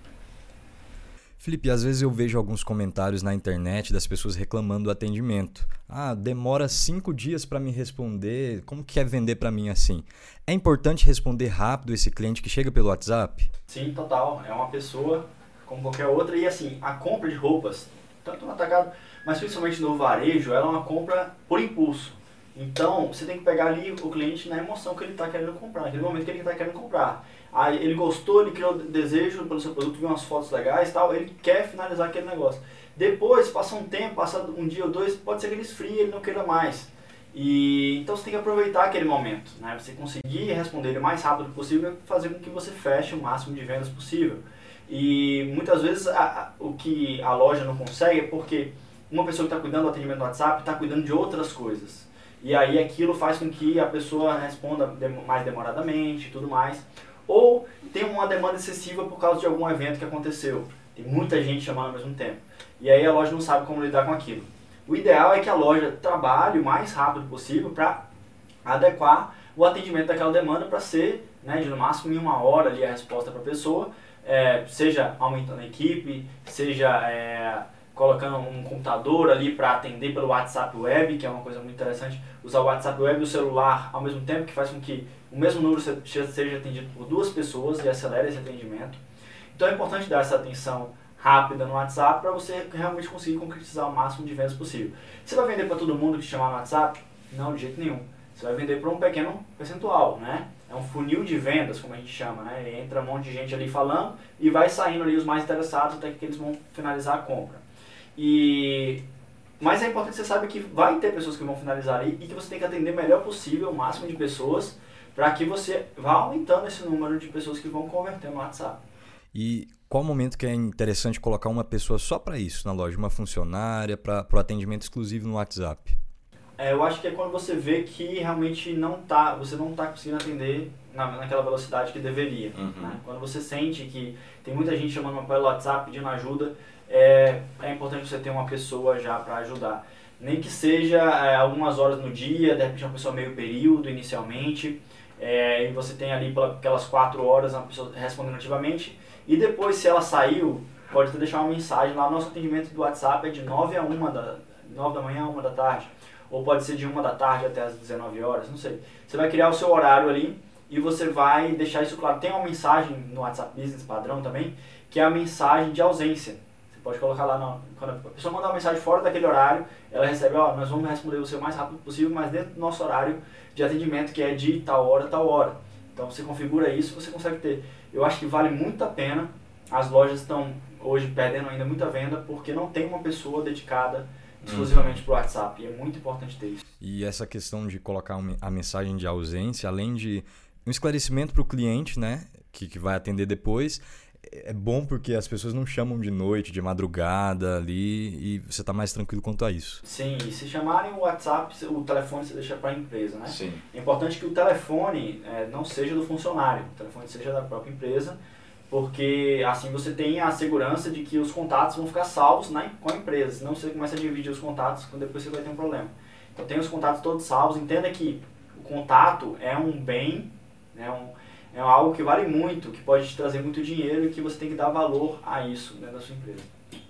Felipe, às vezes eu vejo alguns comentários na internet das pessoas reclamando do atendimento. Ah, demora cinco dias para me responder, como que é vender para mim assim? É importante responder rápido esse cliente que chega pelo WhatsApp? Sim, total. É uma pessoa como qualquer outra. E assim, a compra de roupas, tanto no atacado, mas principalmente no varejo, ela é uma compra por impulso. Então, você tem que pegar ali o cliente na emoção que ele está querendo comprar, naquele momento que ele está querendo comprar. Aí ele gostou, ele criou desejo pelo seu produto, viu umas fotos legais e tal, ele quer finalizar aquele negócio. Depois, passa um tempo, passa um dia ou dois, pode ser que ele esfrie, ele não queira mais. E, então você tem que aproveitar aquele momento, né? Você conseguir responder ele o mais rápido possível e fazer com que você feche o máximo de vendas possível. E muitas vezes a, a, o que a loja não consegue é porque uma pessoa que está cuidando do atendimento do WhatsApp está cuidando de outras coisas. E aí aquilo faz com que a pessoa responda mais demoradamente e tudo mais. Ou tem uma demanda excessiva por causa de algum evento que aconteceu. Tem muita gente chamando ao mesmo tempo. E aí a loja não sabe como lidar com aquilo. O ideal é que a loja trabalhe o mais rápido possível para adequar o atendimento daquela demanda para ser, né, de no máximo em uma hora ali a resposta para a pessoa, é, seja aumentando a equipe, seja é, colocando um computador ali para atender pelo WhatsApp Web, que é uma coisa muito interessante, usar o WhatsApp Web e o celular ao mesmo tempo, que faz com que o mesmo número seja atendido por duas pessoas e acelere esse atendimento. Então é importante dar essa atenção rápida no WhatsApp para você realmente conseguir concretizar o máximo de vendas possível. Você vai vender para todo mundo que te chamar no WhatsApp? Não, de jeito nenhum. Você vai vender para um pequeno percentual, né? É um funil de vendas, como a gente chama, né? Entra um monte de gente ali falando e vai saindo ali os mais interessados até que eles vão finalizar a compra. E... Mas é importante que você saiba que vai ter pessoas que vão finalizar ali e que você tem que atender o melhor possível, o máximo de pessoas, para que você vá aumentando esse número de pessoas que vão converter no WhatsApp. E qual momento que é interessante colocar uma pessoa só para isso na loja? Uma funcionária para o atendimento exclusivo no WhatsApp? É, eu acho que é quando você vê que realmente não tá, você não está conseguindo atender na, naquela velocidade que deveria. Uhum. Né? Quando você sente que tem muita gente chamando pelo WhatsApp pedindo ajuda, é, é importante você ter uma pessoa já para ajudar. Nem que seja é, algumas horas no dia, de repente uma pessoa meio período inicialmente, é, e você tem ali aquelas quatro horas uma pessoa respondendo ativamente, e depois se ela saiu, pode até deixar uma mensagem lá. Nosso atendimento do WhatsApp é de nove a uma da, nove da manhã a uma da tarde. Ou pode ser de uma da tarde até as dezenove horas, não sei. Você vai criar o seu horário ali e você vai deixar isso claro. Tem uma mensagem no WhatsApp Business padrão também, que é a mensagem de ausência. Você pode colocar lá, no, quando a pessoa mandar uma mensagem fora daquele horário, ela recebe, ó, nós vamos responder você o mais rápido possível, mas dentro do nosso horário de atendimento, que é de tal hora, tal hora. Então você configura isso, você consegue ter. Eu acho que vale muito a pena. As lojas estão hoje perdendo ainda muita venda porque não tem uma pessoa dedicada exclusivamente para o WhatsApp, e é muito importante ter isso. E essa questão de colocar a mensagem de ausência, além de um esclarecimento para o cliente, né, que, que vai atender depois, é bom porque as pessoas não chamam de noite, de madrugada ali, e você está mais tranquilo quanto a isso. Sim, e se chamarem o WhatsApp, o telefone você deixa para a empresa, né? Sim. É importante que o telefone é, não seja do funcionário, o telefone seja da própria empresa, porque assim você tem a segurança de que os contatos vão ficar salvos na, com a empresa, senão você começa a dividir os contatos, depois você vai ter um problema. Então tem os contatos todos salvos, entenda que o contato é um bem, né, um, é algo que vale muito, que pode te trazer muito dinheiro e que você tem que dar valor a isso dentro da sua empresa.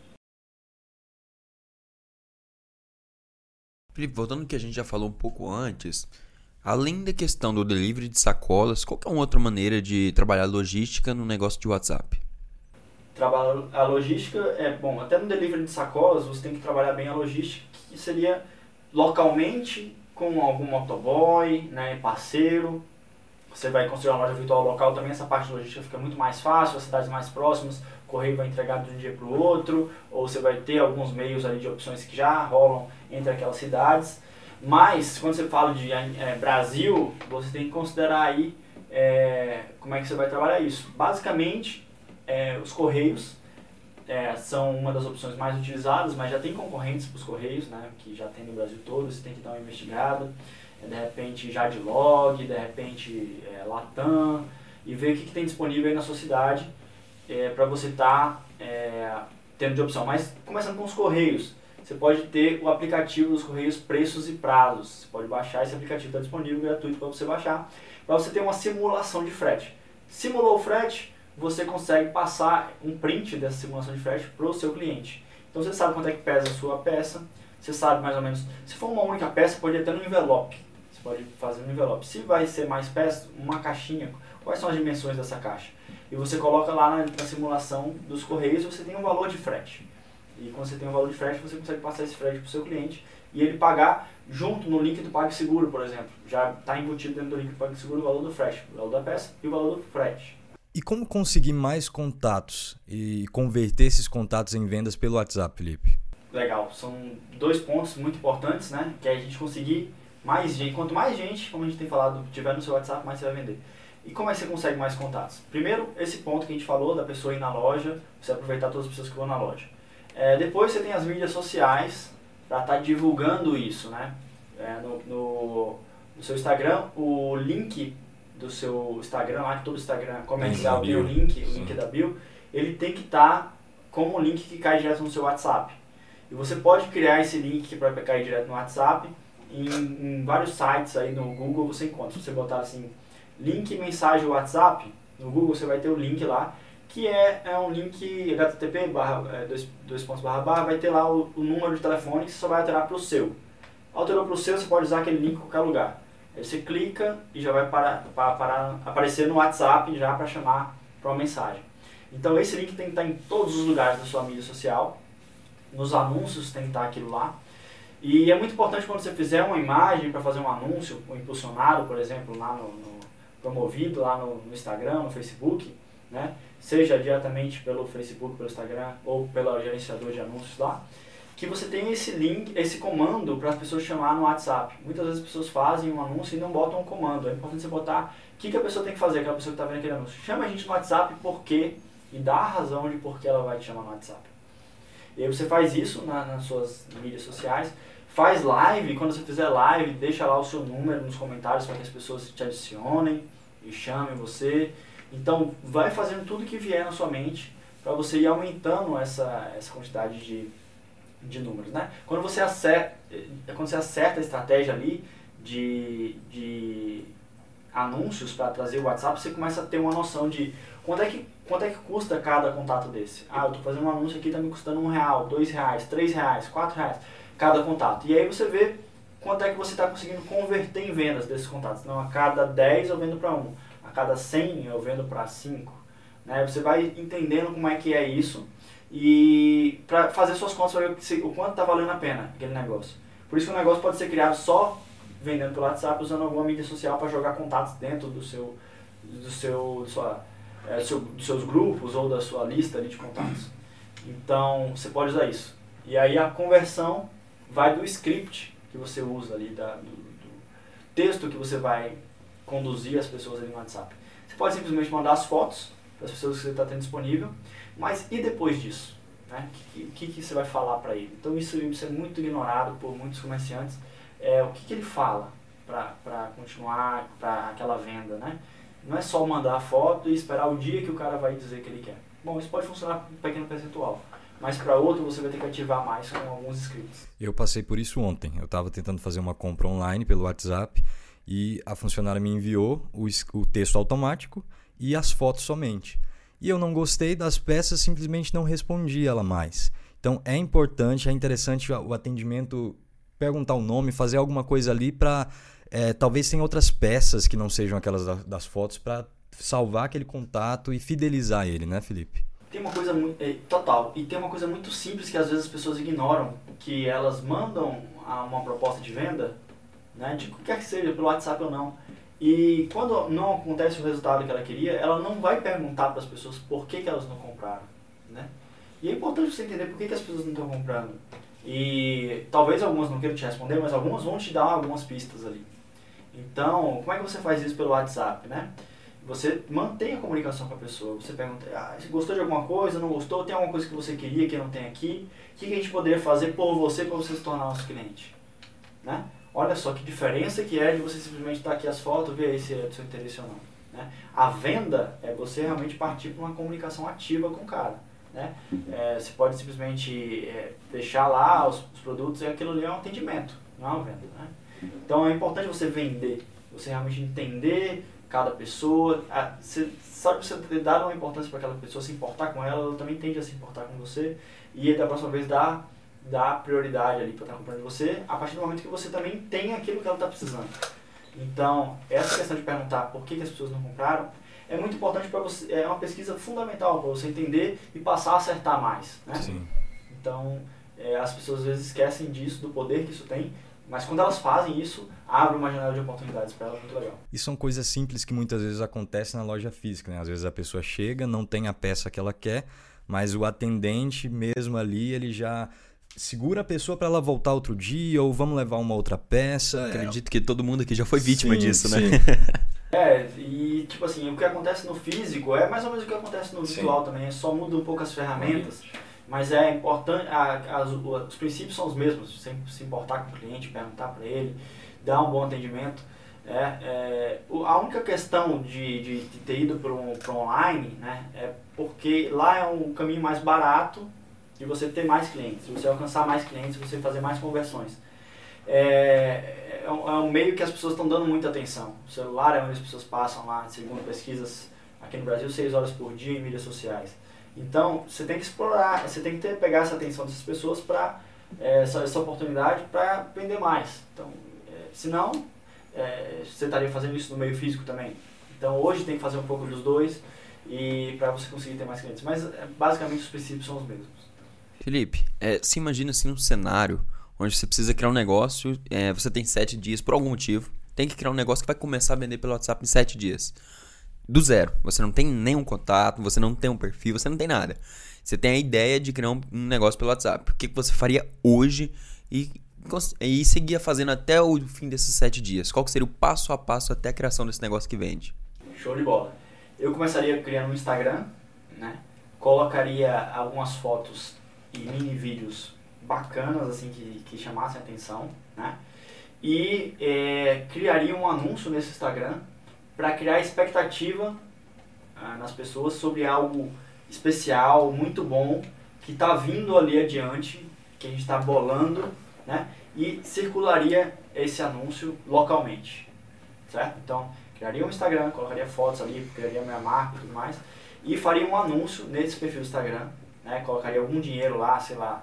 Felipe, voltando ao que a gente já falou um pouco antes, além da questão do delivery de sacolas, qual que é uma outra maneira de trabalhar a logística no negócio de WhatsApp? Trabalhar a logística é bom, até no delivery de sacolas você tem que trabalhar bem a logística, que seria localmente com algum motoboy, né, parceiro. Você vai construir uma loja virtual local também, essa parte de logística fica muito mais fácil, as cidades mais próximas, o correio vai entregar de um dia para o outro, ou você vai ter alguns meios ali de opções que já rolam entre aquelas cidades. Mas, quando você fala de é, Brasil, você tem que considerar aí é, como é que você vai trabalhar isso. Basicamente, é, os correios é, são uma das opções mais utilizadas, mas já tem concorrentes para os correios, né, que já tem no Brasil todo, você tem que dar uma investigada. De repente Jadlog, de repente é, Latam, e ver o que, que tem disponível aí na sua cidade é, para você estar tá, é, tendo de opção. Mas começando com os correios, você pode ter o aplicativo dos correios Preços e Prazos. Você pode baixar esse aplicativo, está disponível gratuito para você baixar, para você ter uma simulação de frete. Simulou o frete, você consegue passar um print dessa simulação de frete para o seu cliente. Então você sabe quanto é que pesa a sua peça, você sabe mais ou menos, se for uma única peça, pode ir até no envelope. Você pode fazer no envelope. Se vai ser mais peças, uma caixinha, quais são as dimensões dessa caixa? E você coloca lá na, na simulação dos correios e você tem um valor de frete. E quando você tem um valor de frete, você consegue passar esse frete para o seu cliente e ele pagar junto no link do PagSeguro, por exemplo. Já está embutido dentro do link do PagSeguro o valor do frete, o valor da peça e o valor do frete. E como conseguir mais contatos e converter esses contatos em vendas pelo WhatsApp, Felipe? Legal, são dois pontos muito importantes, né? Que é a gente conseguir mais gente. Quanto mais gente, como a gente tem falado, tiver no seu WhatsApp, mais você vai vender. E como é que você consegue mais contatos? Primeiro, esse ponto que a gente falou, da pessoa ir na loja, você aproveitar todas as pessoas que vão na loja. É, depois você tem as mídias sociais para estar tá divulgando isso, né? É, no, no, no seu Instagram, o link do seu Instagram, lá que todo Instagram comercial tem o link, o link da bio, ele tem que estar tá como um link que cai direto no seu WhatsApp. E você pode criar esse link para cair direto no WhatsApp, em, em vários sites aí no Google você encontra. Se você botar assim, link mensagem WhatsApp, no Google você vai ter o link lá, que é, é um link H T T P barra, é, dois, dois pontos barra barra, vai ter lá o, o número de telefone que você só vai alterar para o seu. Alterou para o seu, você pode usar aquele link em qualquer lugar. Aí você clica e já vai para, para, para aparecer no WhatsApp já para chamar para uma mensagem. Então esse link tem que estar em todos os lugares da sua mídia social, nos anúncios tem que estar aquilo lá. E é muito importante quando você fizer uma imagem para fazer um anúncio, um impulsionado, por exemplo, lá no, no promovido, lá no, no Instagram, no Facebook, né? Seja diretamente pelo Facebook, pelo Instagram ou pelo gerenciador de anúncios lá, que você tem esse link, esse comando para as pessoas chamarem no WhatsApp. Muitas vezes as pessoas fazem um anúncio e não botam um comando. É importante você botar o que, que a pessoa tem que fazer, aquela pessoa que está vendo aquele anúncio. Chama a gente no WhatsApp por quê e dá a razão de por que ela vai te chamar no WhatsApp. E aí você faz isso na, nas suas mídias sociais, faz live, quando você fizer live, deixa lá o seu número nos comentários para que as pessoas te adicionem e chamem você. Então vai fazendo tudo que vier na sua mente para você ir aumentando essa, essa quantidade de, de números, né? Quando você acerta, quando você acerta a estratégia ali de, de anúncios para trazer o WhatsApp, você começa a ter uma noção de quanto é que, quanto é que custa cada contato desse. Ah, eu estou fazendo um anúncio aqui, está me custando um real, dois reais, três reais, quatro reais cada contato. E aí você vê quanto é que você está conseguindo converter em vendas desses contatos. Não, a cada dez eu vendo para um, a cada cem eu vendo para cinco. Né? Você vai entendendo como é que é isso e para fazer suas contas para ver o quanto está valendo a pena aquele negócio. Por isso que o negócio pode ser criado só vendendo pelo WhatsApp, usando alguma mídia social para jogar contatos dentro do seu, do seu, do sua, é, seu, dos seus grupos ou da sua lista ali de contatos. Então você pode usar isso. E aí a conversão vai do script que você usa ali, da, do, do texto que você vai conduzir as pessoas ali no WhatsApp. Você pode simplesmente mandar as fotos para as pessoas que você está tendo disponível, mas e depois disso? Né? O que, que, que você vai falar para ele? Então isso, isso é muito ignorado por muitos comerciantes. É, o que, que ele fala para continuar para aquela venda, né? Não é só mandar a foto e esperar o dia que o cara vai dizer que ele quer. Bom, isso pode funcionar com um pequeno percentual. Mas para outro você vai ter que ativar mais com alguns scripts. Eu passei por isso ontem. Eu estava tentando fazer uma compra online pelo WhatsApp e a funcionária me enviou o, o texto automático e as fotos somente. E eu não gostei das peças, simplesmente não respondi ela mais. Então é importante, é interessante o atendimento, perguntar o nome, fazer alguma coisa ali para... É, talvez tenha outras peças que não sejam aquelas da, das fotos para salvar aquele contato e fidelizar ele, né, Felipe? Tem uma coisa muito... É, total. E tem uma coisa muito simples que às vezes as pessoas ignoram, que elas mandam uma proposta de venda, né, de qualquer que seja, pelo WhatsApp ou não. E quando não acontece o resultado que ela queria, ela não vai perguntar para as pessoas por que, que elas não compraram, né? E é importante você entender por que, que as pessoas não estão comprando. E talvez algumas não queiram te responder, mas algumas vão te dar algumas pistas ali. Então, como é que você faz isso pelo WhatsApp, né? Você mantém a comunicação com a pessoa. Você pergunta, ah, você gostou de alguma coisa, não gostou? Tem alguma coisa que você queria que não tem aqui? O que a gente poderia fazer por você para você se tornar nosso cliente? Né? Olha só que diferença que é de você simplesmente estar aqui as fotos, ver aí se é do seu interesse ou não. Né? A venda é você realmente partir para uma comunicação ativa com o cara. Né? É, você pode simplesmente é, deixar lá os, os produtos e aquilo ali é um atendimento, não é uma venda. Né? Então é importante você vender, você realmente entender cada pessoa, a, você, sabe você dar uma importância para aquela pessoa, se importar com ela, ela também tende a se importar com você e da próxima vez dar, dar prioridade ali para estar comprando de você, a partir do momento que você também tem aquilo que ela está precisando. Então, essa questão de perguntar por que, que as pessoas não compraram é muito importante para você, é uma pesquisa fundamental para você entender e passar a acertar mais. Né? Sim. Então, é, as pessoas às vezes esquecem disso, do poder que isso tem, mas quando elas fazem isso, abre uma janela de oportunidades para elas muito legal. E são coisas simples que muitas vezes acontecem na loja física, né? Às vezes a pessoa chega, não tem a peça que ela quer, mas o atendente mesmo ali, ele já segura a pessoa para ela voltar outro dia, ou vamos levar uma outra peça. Acredito é... que todo mundo aqui já foi vítima sim, disso, sim. né? É, e E, tipo assim, o que acontece no físico é mais ou menos o que acontece no virtual Sim. também, só muda um pouco as ferramentas, mas é importante, a, as, os princípios são os mesmos, sempre se importar com o cliente, perguntar para ele, dar um bom atendimento. É, é, a única questão de, de, de ter ido para um, para online, né, é porque lá é um caminho mais barato de você ter mais clientes, você alcançar mais clientes, você fazer mais conversões. É, é, um, é um meio que as pessoas estão dando muita atenção. O celular é onde as pessoas passam lá, segundo pesquisas aqui no Brasil, seis horas por dia em mídias sociais. Então, você tem que explorar, você tem que ter, pegar essa atenção dessas pessoas para é, essa, essa oportunidade para vender mais. Então, é, senão, é, você estaria fazendo isso no meio físico também. Então, hoje tem que fazer um pouco dos dois e para você conseguir ter mais clientes. Mas, é, basicamente, os princípios são os mesmos. Felipe, é, se imagina assim num cenário onde você precisa criar um negócio, é, você tem sete dias por algum motivo, tem que criar um negócio que vai começar a vender pelo WhatsApp em sete dias. Do zero. Você não tem nenhum contato, você não tem um perfil, você não tem nada. Você tem a ideia de criar um, um negócio pelo WhatsApp. O que, que você faria hoje e, e seguia fazendo até o fim desses sete dias? Qual que seria o passo a passo até a criação desse negócio que vende? Show de bola. Eu começaria criando um Instagram, né? Colocaria algumas fotos e mini vídeos bacanas, assim, que, que chamassem a atenção, né? E é, criaria um anúncio nesse Instagram para criar expectativa ah, nas pessoas sobre algo especial, muito bom, que está vindo ali adiante, que a gente está bolando, né? E circularia esse anúncio localmente, certo? Então, criaria um Instagram, colocaria fotos ali, criaria minha marca e tudo mais, e faria um anúncio nesse perfil do Instagram, né? Colocaria algum dinheiro lá, sei lá,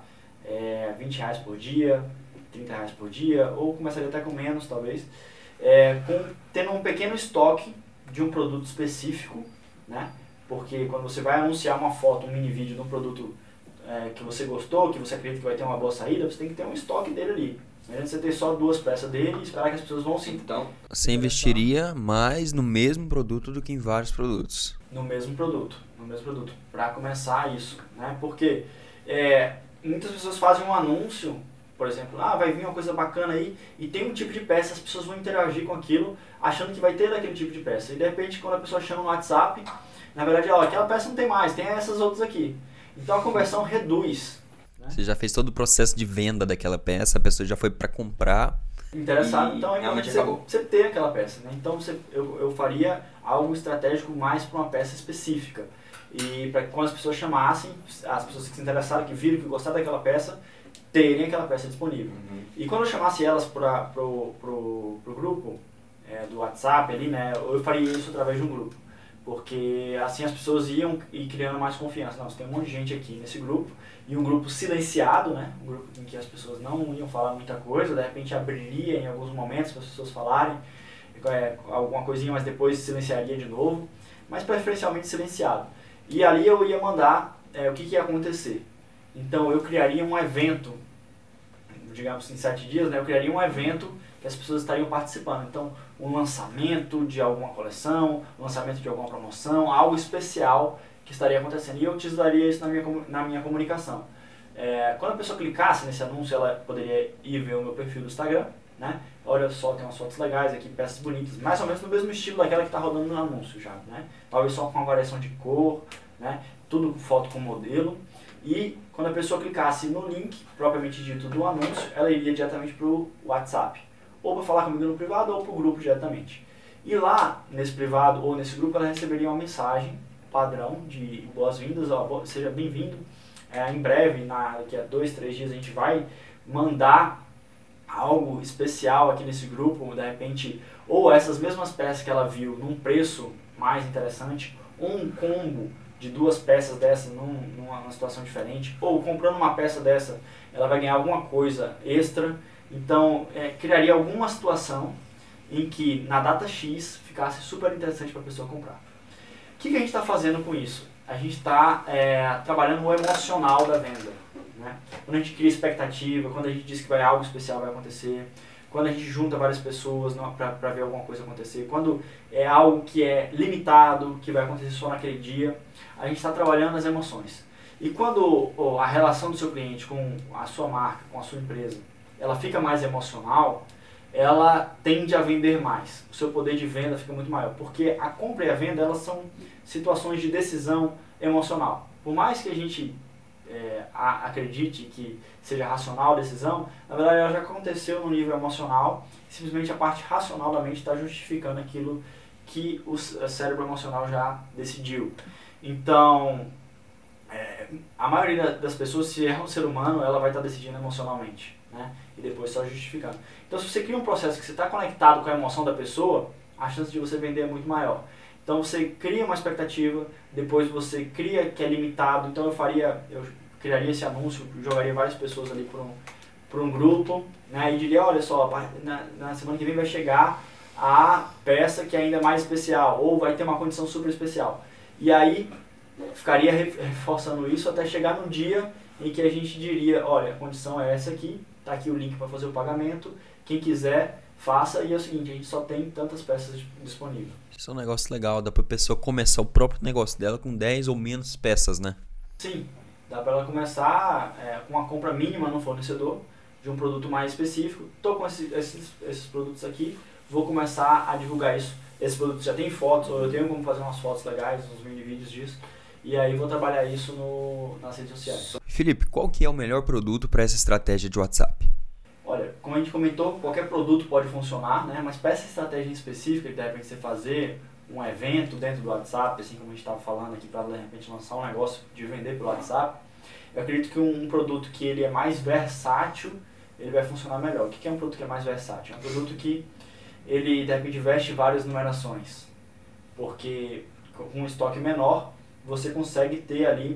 é, vinte reais por dia, trinta reais por dia, ou começaria até com menos, talvez, é, com, tendo um pequeno estoque de um produto específico, né? Porque quando você vai anunciar uma foto, um mini vídeo de um produto é, que você gostou, que você acredita que vai ter uma boa saída, você tem que ter um estoque dele ali. Não adianta você ter só duas peças dele e esperar que as pessoas vão se... Então, você investiria mais no mesmo produto do que em vários produtos. No mesmo produto, no mesmo produto, para começar isso, né? Porque é, muitas pessoas fazem um anúncio, por exemplo, ah, vai vir uma coisa bacana aí e tem um tipo de peça, as pessoas vão interagir com aquilo achando que vai ter daquele tipo de peça. E de repente, quando a pessoa chama no WhatsApp, na verdade, ó, aquela peça não tem mais, tem essas outras aqui. Então a conversão reduz. Né? Você já fez todo o processo de venda daquela peça, a pessoa já foi para comprar. Interessado, então é realmente você, acabou. você ter aquela peça. Né? Então você, eu, eu faria algo estratégico mais para uma peça específica. E para que quando as pessoas chamassem, as pessoas que se interessaram, que viram, que gostaram daquela peça, terem aquela peça disponível. Uhum. E quando eu chamasse elas para pro, pro, pro grupo é, do WhatsApp ali, né, eu faria isso através de um grupo. Porque assim as pessoas iam ir criando mais confiança. Não, tem um monte de gente aqui nesse grupo, e um grupo silenciado, né, um grupo em que as pessoas não iam falar muita coisa, de repente abriria em alguns momentos para as pessoas falarem é, alguma coisinha, mas depois silenciaria de novo, mas preferencialmente silenciado. E ali eu ia mandar é, o que, que ia acontecer. Então eu criaria um evento, digamos em sete dias, né, eu criaria um evento que as pessoas estariam participando. Então, um lançamento de alguma coleção, um lançamento de alguma promoção, algo especial que estaria acontecendo. E eu utilizaria isso na minha, na minha comunicação. É, quando a pessoa clicasse nesse anúncio, ela poderia ir ver o meu perfil do Instagram, né? Olha só, tem umas fotos legais aqui, peças bonitas, mais ou menos no mesmo estilo daquela que está rodando no anúncio já, né? Talvez só com uma variação de cor, né? Tudo foto com modelo. E quando a pessoa clicasse no link, propriamente dito, do anúncio, ela iria diretamente para o WhatsApp. Ou para falar comigo no privado ou para o grupo diretamente. E lá, nesse privado ou nesse grupo, ela receberia uma mensagem padrão de boas-vindas, seja bem-vindo. É, em breve, na, daqui a dois, três dias, a gente vai mandar algo especial aqui nesse grupo, de repente, ou essas mesmas peças que ela viu num preço mais interessante, ou um combo de duas peças dessa num, numa, numa situação diferente, ou comprando uma peça dessa, ela vai ganhar alguma coisa extra. Então, é, criaria alguma situação em que na data X ficasse super interessante para a pessoa comprar. O que, que a gente está fazendo com isso? A gente está é, trabalhando o emocional da venda. Né? Quando a gente cria expectativa, quando a gente diz que vai, algo especial vai acontecer, quando a gente junta várias pessoas para ver alguma coisa acontecer, quando é algo que é limitado, que vai acontecer só naquele dia, a gente está trabalhando as emoções. E quando oh, a relação do seu cliente com a sua marca, com a sua empresa, ela fica mais emocional, ela tende a vender mais. O seu poder de venda fica muito maior. Porque a compra e a venda, elas são situações de decisão emocional. Por mais que a gente é, a, acredite que seja racional a decisão, na verdade ela já aconteceu no nível emocional, simplesmente a parte racional da mente está justificando aquilo que o cérebro emocional já decidiu. Então, é, a maioria das pessoas, se é um ser humano, ela vai estar decidindo emocionalmente, né? E depois só justificando. Então, se você cria um processo que você está conectado com a emoção da pessoa, a chance de você vender é muito maior. Então, você cria uma expectativa, depois você cria que é limitado. Então, eu faria, eu criaria esse anúncio, jogaria várias pessoas ali por um, por um grupo, né? E diria, olha só, na, na semana que vem vai chegar a peça que é ainda mais especial, ou vai ter uma condição super especial. E aí, ficaria reforçando isso até chegar no dia em que a gente diria, olha, a condição é essa aqui, tá aqui o link para fazer o pagamento, quem quiser, faça, e é o seguinte, a gente só tem tantas peças disponíveis. Isso é um negócio legal, dá pra pessoa começar o próprio negócio dela com dez ou menos peças, né? Sim, dá para ela começar é, com uma compra mínima no fornecedor, de um produto mais específico. Tô com esse, esses, esses produtos aqui, vou começar a divulgar isso. Esse produto já tem fotos, ou eu tenho como fazer umas fotos legais, uns mini vídeos disso. E aí vou trabalhar isso no, nas redes sociais. Felipe, qual que é o melhor produto para essa estratégia de WhatsApp? Olha, como a gente comentou, qualquer produto pode funcionar, né? Mas para essa estratégia específica, de repente você fazer um evento dentro do WhatsApp, assim como a gente estava falando aqui, para de repente lançar um negócio de vender pelo WhatsApp, eu acredito que um, um produto que ele é mais versátil, ele vai funcionar melhor. O que é um produto que é mais versátil? É um produto que ele de repente veste várias numerações, porque com um estoque menor você consegue ter ali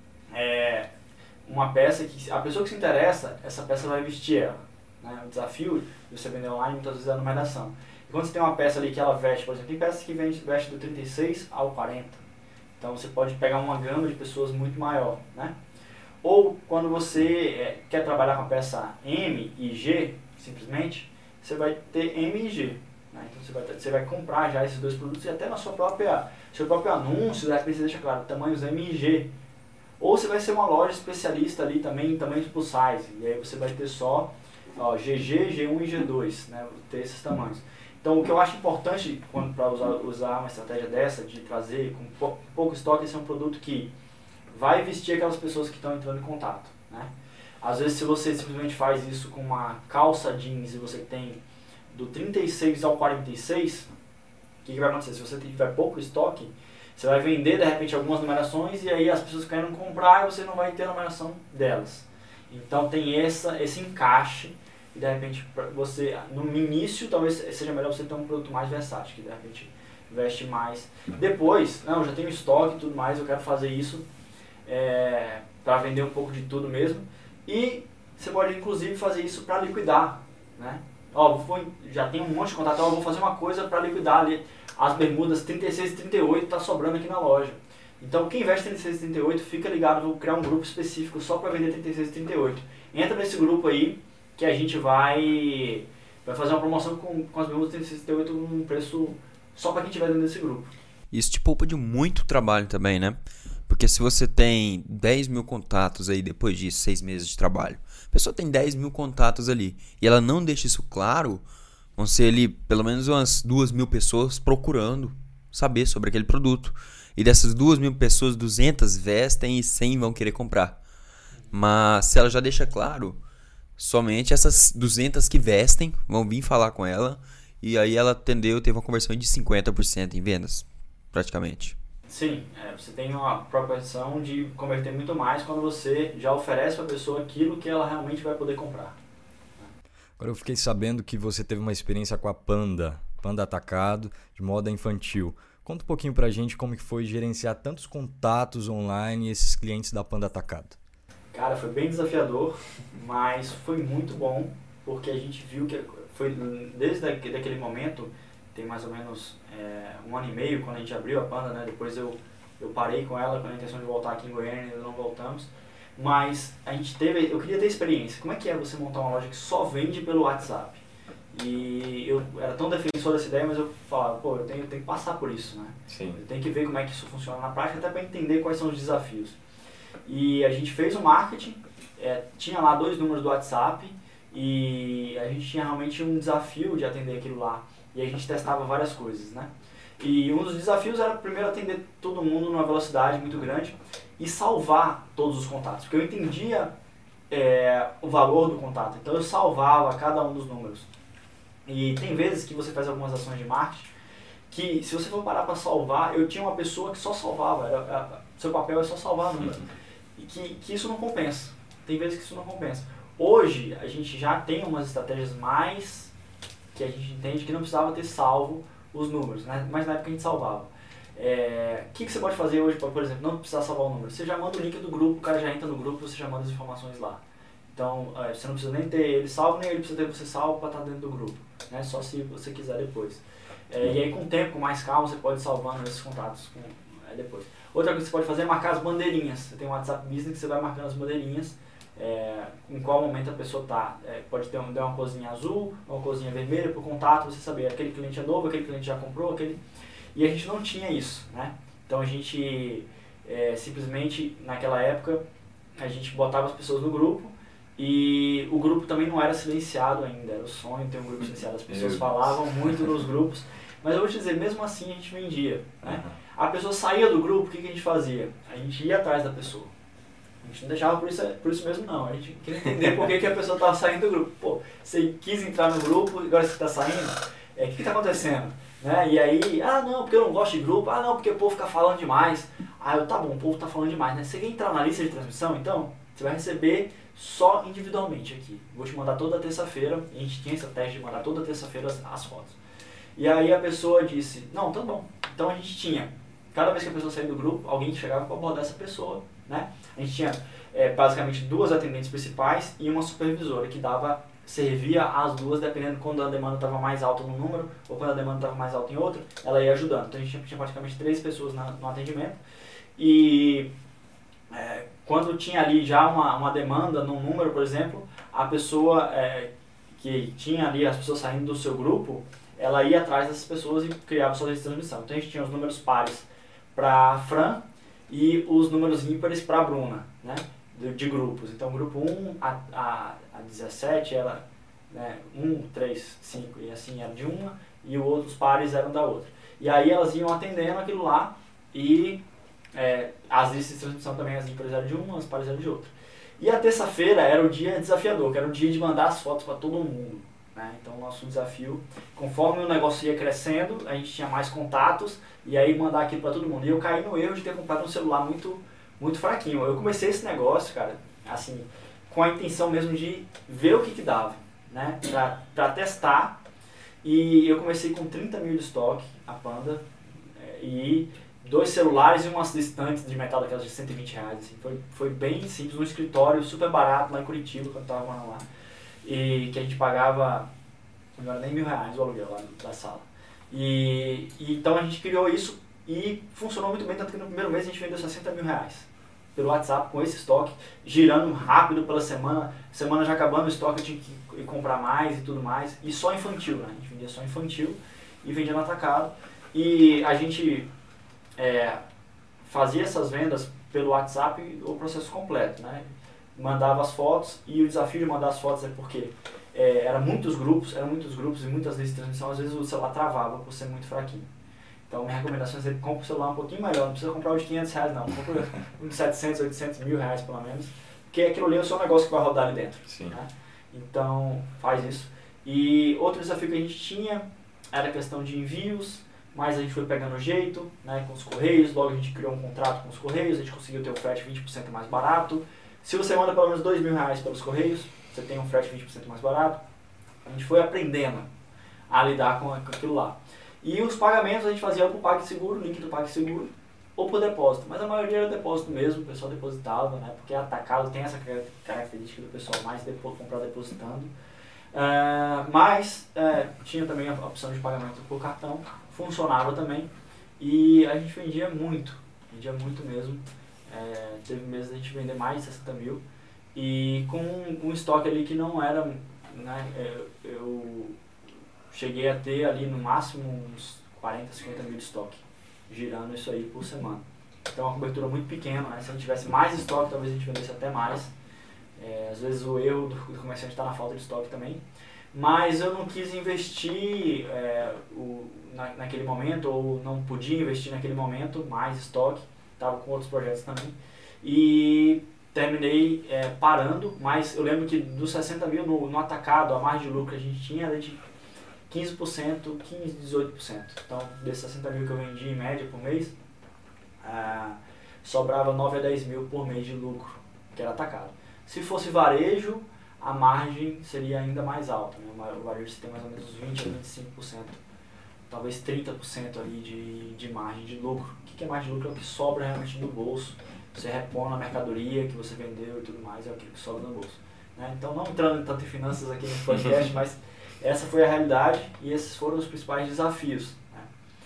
é, uma peça que a pessoa que se interessa, essa peça vai vestir ela, né? O desafio de você vender online muitas vezes é a numeração. E quando você tem uma peça ali que ela veste, por exemplo, tem peças que veste do trinta e seis ao quarenta, então você pode pegar uma gama de pessoas muito maior, né? Ou quando você é, quer trabalhar com a peça M e G, simplesmente, você vai ter M e G. Né? Então você vai, ter, você vai comprar já esses dois produtos e até na sua própria, seu próprio anúncio, de repente você deixa claro, tamanhos M e G. Ou você vai ser uma loja especialista ali também em tamanhos plus size. E aí você vai ter só ó, G G, G um e G dois, né? Ter esses tamanhos. Então o que eu acho importante para usar, usar uma estratégia dessa, de trazer com pou, pouco estoque, esse é um produto que vai vestir aquelas pessoas que estão entrando em contato, né? Às vezes, se você simplesmente faz isso com uma calça jeans e você tem do trinta e seis ao quarenta e seis, o que, que vai acontecer? Se você tiver pouco estoque, você vai vender de repente algumas numerações e aí as pessoas querem comprar e você não vai ter a numeração delas. Então tem essa, esse encaixe e de repente você, no início, talvez seja melhor você ter um produto mais versátil, que de repente veste mais. Depois, não, já tenho estoque e tudo mais, eu quero fazer isso É, para vender um pouco de tudo mesmo, e você pode inclusive fazer isso para liquidar, né? Ó, vou, já tem um monte de contato, ó, vou fazer uma coisa para liquidar ali as bermudas trinta e seis e trinta e oito, tá sobrando aqui na loja. Então quem investe trinta e seis e trinta e oito, fica ligado, vou criar um grupo específico só para vender trinta e seis e trinta e oito. Entra nesse grupo aí que a gente vai vai fazer uma promoção com, com as bermudas trinta e seis e trinta e oito num preço só para quem estiver dentro desse grupo. Isso te poupa de muito trabalho também, né? Porque se você tem dez mil contatos aí depois de seis meses de trabalho, a pessoa tem dez mil contatos ali e ela não deixa isso claro, vão ser ali pelo menos umas duas mil pessoas procurando saber sobre aquele produto. E dessas duas mil pessoas, duzentas vestem e cem vão querer comprar. Mas se ela já deixa claro, somente essas duzentas que vestem vão vir falar com ela e aí ela atendeu, teve uma conversão de cinquenta por cento em vendas, praticamente. Sim, é, você tem uma proporção de converter muito mais quando você já oferece para a pessoa aquilo que ela realmente vai poder comprar. Agora eu fiquei sabendo que você teve uma experiência com a Panda, Panda Atacado, de moda infantil. Conta um pouquinho pra gente como que foi gerenciar tantos contatos online e esses clientes da Panda Atacado. Cara, foi bem desafiador, mas foi muito bom, porque a gente viu que foi desde aquele momento, tem mais ou menos é, um ano e meio, quando a gente abriu a Panda, né? Depois eu, eu parei com ela com a intenção de voltar aqui em Goiânia, ainda não voltamos. Mas a gente teve, eu queria ter experiência. Como é que é você montar uma loja que só vende pelo WhatsApp? E eu era tão defensor dessa ideia, mas eu falava, pô, eu tenho, eu tenho que passar por isso, né? Sim. Eu tenho que ver como é que isso funciona na prática, até para entender quais são os desafios. E a gente fez o marketing, é, tinha lá dois números do WhatsApp, e a gente tinha realmente um desafio de atender aquilo lá. E a gente testava várias coisas, né? E um dos desafios era primeiro atender todo mundo numa velocidade muito grande e salvar todos os contatos, porque eu entendia é, o valor do contato, então eu salvava cada um dos números. E tem vezes que você faz algumas ações de marketing que, se você for parar para salvar, eu tinha uma pessoa que só salvava, era, era, seu papel é só salvar número, e que, que isso não compensa. Tem vezes que isso não compensa. Hoje a gente já tem umas estratégias mais que a gente entende que não precisava ter salvo os números, né? Mas na época a gente salvava. É, o que, que você pode fazer hoje para, por exemplo, não precisar salvar o número? Você já manda o link do grupo, o cara já entra no grupo, você já manda as informações lá. Então é, você não precisa nem ter ele salvo, nem ele precisa ter você salvo para estar dentro do grupo, né? Só se você quiser depois. É, e aí com o tempo, com mais calma, você pode ir salvando esses contatos com, é, depois. Outra coisa que você pode fazer é marcar as bandeirinhas. Você tem um WhatsApp Business que você vai marcando as bandeirinhas. É, em qual momento a pessoa está. É, pode ter uma, uma corzinha azul, uma corzinha vermelha para o contato, você saber aquele cliente é novo, aquele cliente já comprou, aquele... E a gente não tinha isso, né? Então a gente é, simplesmente, naquela época, a gente botava as pessoas no grupo e o grupo também não era silenciado ainda, era o sonho ter um grupo silenciado. As pessoas falavam muito nos grupos, mas eu vou te dizer, mesmo assim a gente vendia, né? A pessoa saía do grupo, o que, que a gente fazia? A gente ia atrás da pessoa. A gente não deixava por isso, por isso mesmo não, a gente queria entender por que, que a pessoa estava saindo do grupo. Pô, você quis entrar no grupo, agora você está saindo, é, o que está acontecendo? Né? E aí, ah não, porque eu não gosto de grupo, ah não, porque o povo fica falando demais. Ah, eu, tá bom, o povo está falando demais, né? Você quer entrar na lista de transmissão, então? Você vai receber só individualmente aqui. Vou te mandar toda terça-feira, a gente tinha essa teste de mandar toda terça-feira as, as fotos. E aí a pessoa disse, não, tá bom. Então a gente tinha, cada vez que a pessoa saía do grupo, alguém chegava para abordar essa pessoa, né? A gente tinha é, basicamente duas atendentes principais e uma supervisora que dava, servia as duas dependendo de quando a demanda estava mais alta num número ou quando a demanda estava mais alta em outro, ela ia ajudando. Então a gente tinha, tinha praticamente três pessoas na, no atendimento e é, quando tinha ali já uma, uma demanda num número, por exemplo, a pessoa é, que tinha ali as pessoas saindo do seu grupo, ela ia atrás dessas pessoas e criava sua lista de transmissão. Então a gente tinha os números pares para a Fran e os números ímpares para a Bruna, né, de, de grupos. Então, grupo um a, a, a dezessete era né, um, três, cinco, e assim era de uma, e os outros pares eram da outra. E aí elas iam atendendo aquilo lá, e é, as listas de transmissão também, as ímpares eram de uma, as pares eram de outra. E a terça-feira era o dia desafiador, que era o dia de mandar as fotos para todo mundo. Né? Então, o nosso desafio, conforme o negócio ia crescendo, a gente tinha mais contatos, e aí mandar aquilo para todo mundo. E eu caí no erro de ter comprado um celular muito, muito fraquinho. Eu comecei esse negócio, cara, assim, com a intenção mesmo de ver o que que dava, né? Pra, pra testar. E eu comecei com trinta mil de estoque, a Panda, é, e dois celulares e umas estantes de metal daquelas de cento e vinte reais. Assim. Foi, foi bem simples, um escritório super barato lá em Curitiba, quando eu tava morando lá. E que a gente pagava, não era nem mil reais o aluguel lá da sala. E, e então a gente criou isso e funcionou muito bem, tanto que no primeiro mês a gente vendeu sessenta mil reais pelo WhatsApp com esse estoque, girando rápido pela semana, semana já acabando o estoque, eu tinha que comprar mais e tudo mais, e só infantil, né? A gente vendia só infantil e vendia no atacado, e a gente é, fazia essas vendas pelo WhatsApp o processo completo, né? Mandava as fotos, e o desafio de mandar as fotos é porque é, eram muitos grupos, eram muitos grupos e muitas listas de transmissão, às vezes o celular travava por ser muito fraquinho. Então, minha recomendação é que você compre um celular um pouquinho melhor, não precisa comprar o de quinhentos reais não, compra um de setecentos, oitocentos, mil reais pelo menos, porque aquilo ali é o seu negócio que vai rodar ali dentro. Sim. Né? Então, faz isso. E outro desafio que a gente tinha era a questão de envios, mas a gente foi pegando o jeito, né, com os Correios, logo a gente criou um contrato com os Correios, a gente conseguiu ter o frete vinte por cento mais barato. Se você manda pelo menos dois mil reais pelos Correios, você tem um frete vinte por cento mais barato. A gente foi aprendendo a lidar com aquilo lá. E os pagamentos a gente fazia ou por PagSeguro, link do PagSeguro, ou por depósito. Mas a maioria era depósito mesmo, o pessoal depositava, né? Porque atacado tem essa característica do pessoal mais depo comprar depositando. Uh, mas uh, tinha também a opção de pagamento por cartão, funcionava também. E a gente vendia muito, vendia muito mesmo. É, teve meses a gente vender mais de sessenta mil e com um estoque ali que não era, né, eu, eu cheguei a ter ali no máximo uns quarenta, cinquenta mil de estoque, girando isso aí por semana. Então é uma cobertura muito pequena, né? Se a gente tivesse mais estoque talvez a gente vendesse até mais, É, às vezes o erro do, do comerciante está na falta de estoque também. Mas eu não quis investir é, o, na, naquele momento, ou não podia investir naquele momento mais estoque, estava com outros projetos também. E terminei é, parando, mas eu lembro que dos sessenta mil no, no atacado, a margem de lucro que a gente tinha era de quinze por cento, quinze, dezoito por cento. Então, desses sessenta mil que eu vendi em média por mês, ah, sobrava nove a dez mil por mês de lucro, que era atacado. Se fosse varejo, a margem seria ainda mais alta, né? O varejo você tem mais ou menos vinte a vinte e cinco por cento, talvez trinta por cento ali de, de margem de lucro. O que é margem de lucro? É o que sobra realmente no bolso. Você repõe na mercadoria que você vendeu e tudo mais, é aquilo que sobra no bolso. Né? Então, não entrando tanto em finanças aqui no podcast, mas essa foi a realidade e esses foram os principais desafios, né?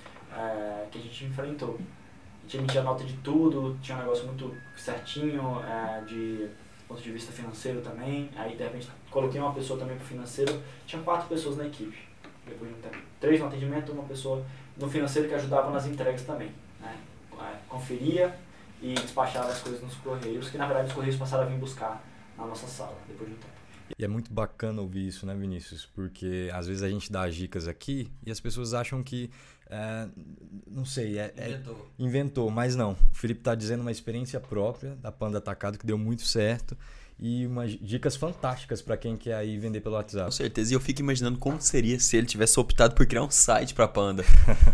é, que a gente enfrentou. A gente emitia nota de tudo, tinha um negócio muito certinho, é, de ponto de vista financeiro também. Aí, de repente, coloquei uma pessoa também para o financeiro. Tinha quatro pessoas na equipe. Depois de um tempo. Três no atendimento, uma pessoa no financeiro que ajudava nas entregas também. Né? Conferia e despachava as coisas nos correios, que na verdade os correios passaram a vir buscar na nossa sala, depois de um tempo. E é muito bacana ouvir isso, né, Vinícius? Porque às vezes a gente dá as dicas aqui e as pessoas acham que, é, não sei, é, Inventou. É, inventou, mas não. O Felipe está dizendo uma experiência própria da Panda Atacado que deu muito certo e umas dicas fantásticas para quem quer aí vender pelo WhatsApp. Com certeza, e eu fico imaginando como seria se ele tivesse optado por criar um site para Panda.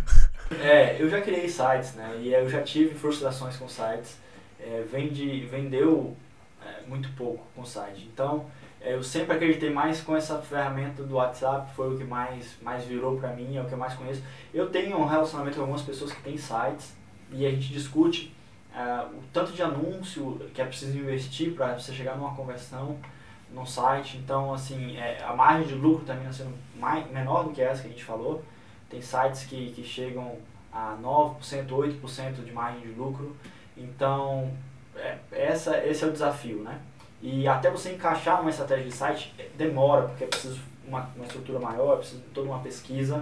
É, eu já criei sites, né? E eu já tive frustrações com sites. É, vendi, vendeu é, muito pouco com site. Então, é, eu sempre acreditei mais com essa ferramenta do WhatsApp, foi o que mais, mais virou pra mim, é o que eu mais conheço. Eu tenho um relacionamento com algumas pessoas que têm sites e a gente discute é, o tanto de anúncio que é preciso investir para você chegar numa conversão no site. Então, assim, é, a margem de lucro termina sendo mais, menor do que essa que a gente falou. Tem sites que, que chegam a nove por cento, oito por cento de margem de lucro. Então, é, essa, esse é o desafio, né? E até você encaixar uma estratégia de site, demora, porque é preciso uma, uma estrutura maior, é preciso toda uma pesquisa,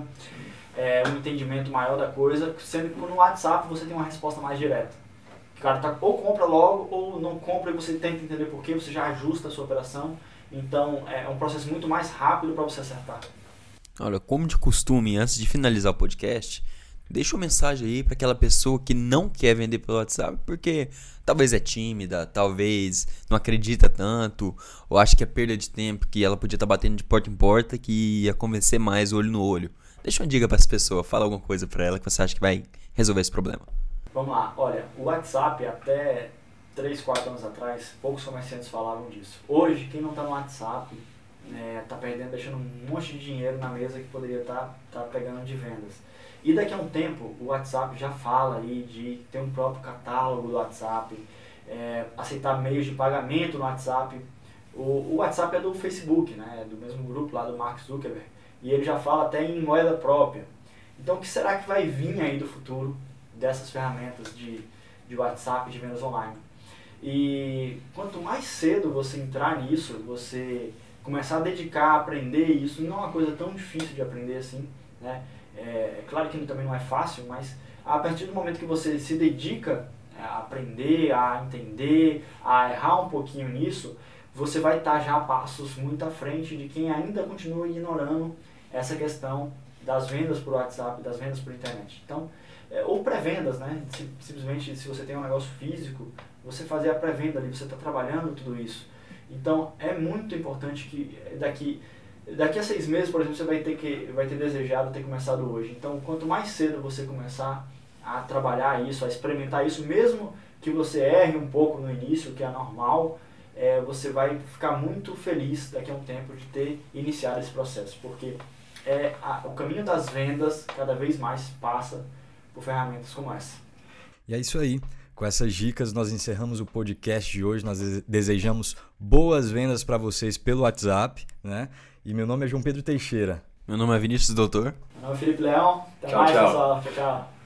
é, um entendimento maior da coisa, sendo que no WhatsApp você tem uma resposta mais direta. O cara tá, ou compra logo, ou não compra e você tenta entender por quê, você já ajusta a sua operação. Então, é um processo muito mais rápido para você acertar. Olha, como de costume, antes de finalizar o podcast, deixa uma mensagem aí para aquela pessoa que não quer vender pelo WhatsApp porque talvez é tímida, talvez não acredita tanto, ou acha que é perda de tempo, que ela podia estar batendo de porta em porta, que ia convencer mais olho no olho. Deixa uma dica para essa pessoa, fala alguma coisa para ela que você acha que vai resolver esse problema. Vamos lá, olha, o WhatsApp até três, quatro anos atrás, poucos comerciantes falavam disso. Hoje, quem não está no WhatsApp está é, perdendo, deixando um monte de dinheiro na mesa que poderia estar tá, tá pegando de vendas. E daqui a um tempo, o WhatsApp já fala aí de ter um próprio catálogo do WhatsApp, é, aceitar meios de pagamento no WhatsApp. O, o WhatsApp é do Facebook, né, do mesmo grupo lá do Mark Zuckerberg, e ele já fala até em moeda própria. Então, o que será que vai vir aí do futuro dessas ferramentas de, de WhatsApp, de vendas online? E quanto mais cedo você entrar nisso, você começar a dedicar, a aprender isso, não é uma coisa tão difícil de aprender assim, né? É claro que também não é fácil, mas a partir do momento que você se dedica a aprender, a entender, a errar um pouquinho nisso, você vai estar já a passos muito à frente de quem ainda continua ignorando essa questão das vendas por WhatsApp, das vendas por internet. Então, é, ou pré-vendas, né? Simplesmente, se você tem um negócio físico, você fazer a pré-venda ali, você está trabalhando tudo isso. Então, é muito importante que daqui... Daqui a seis meses, por exemplo, você vai ter, que, vai ter desejado ter começado hoje. Então, quanto mais cedo você começar a trabalhar isso, a experimentar isso, mesmo que você erre um pouco no início, que é normal, é, você vai ficar muito feliz daqui a um tempo de ter iniciado esse processo. Porque é, a, o caminho das vendas cada vez mais passa por ferramentas como essa. E é isso aí. Com essas dicas, nós encerramos o podcast de hoje. Nós desejamos boas vendas para vocês pelo WhatsApp, né? E meu nome é João Pedro Teixeira. Meu nome é Vinícius Doutor. Meu nome é Felipe Leão. Até tchau, mais, tchau. pessoal. Tchau, tchau.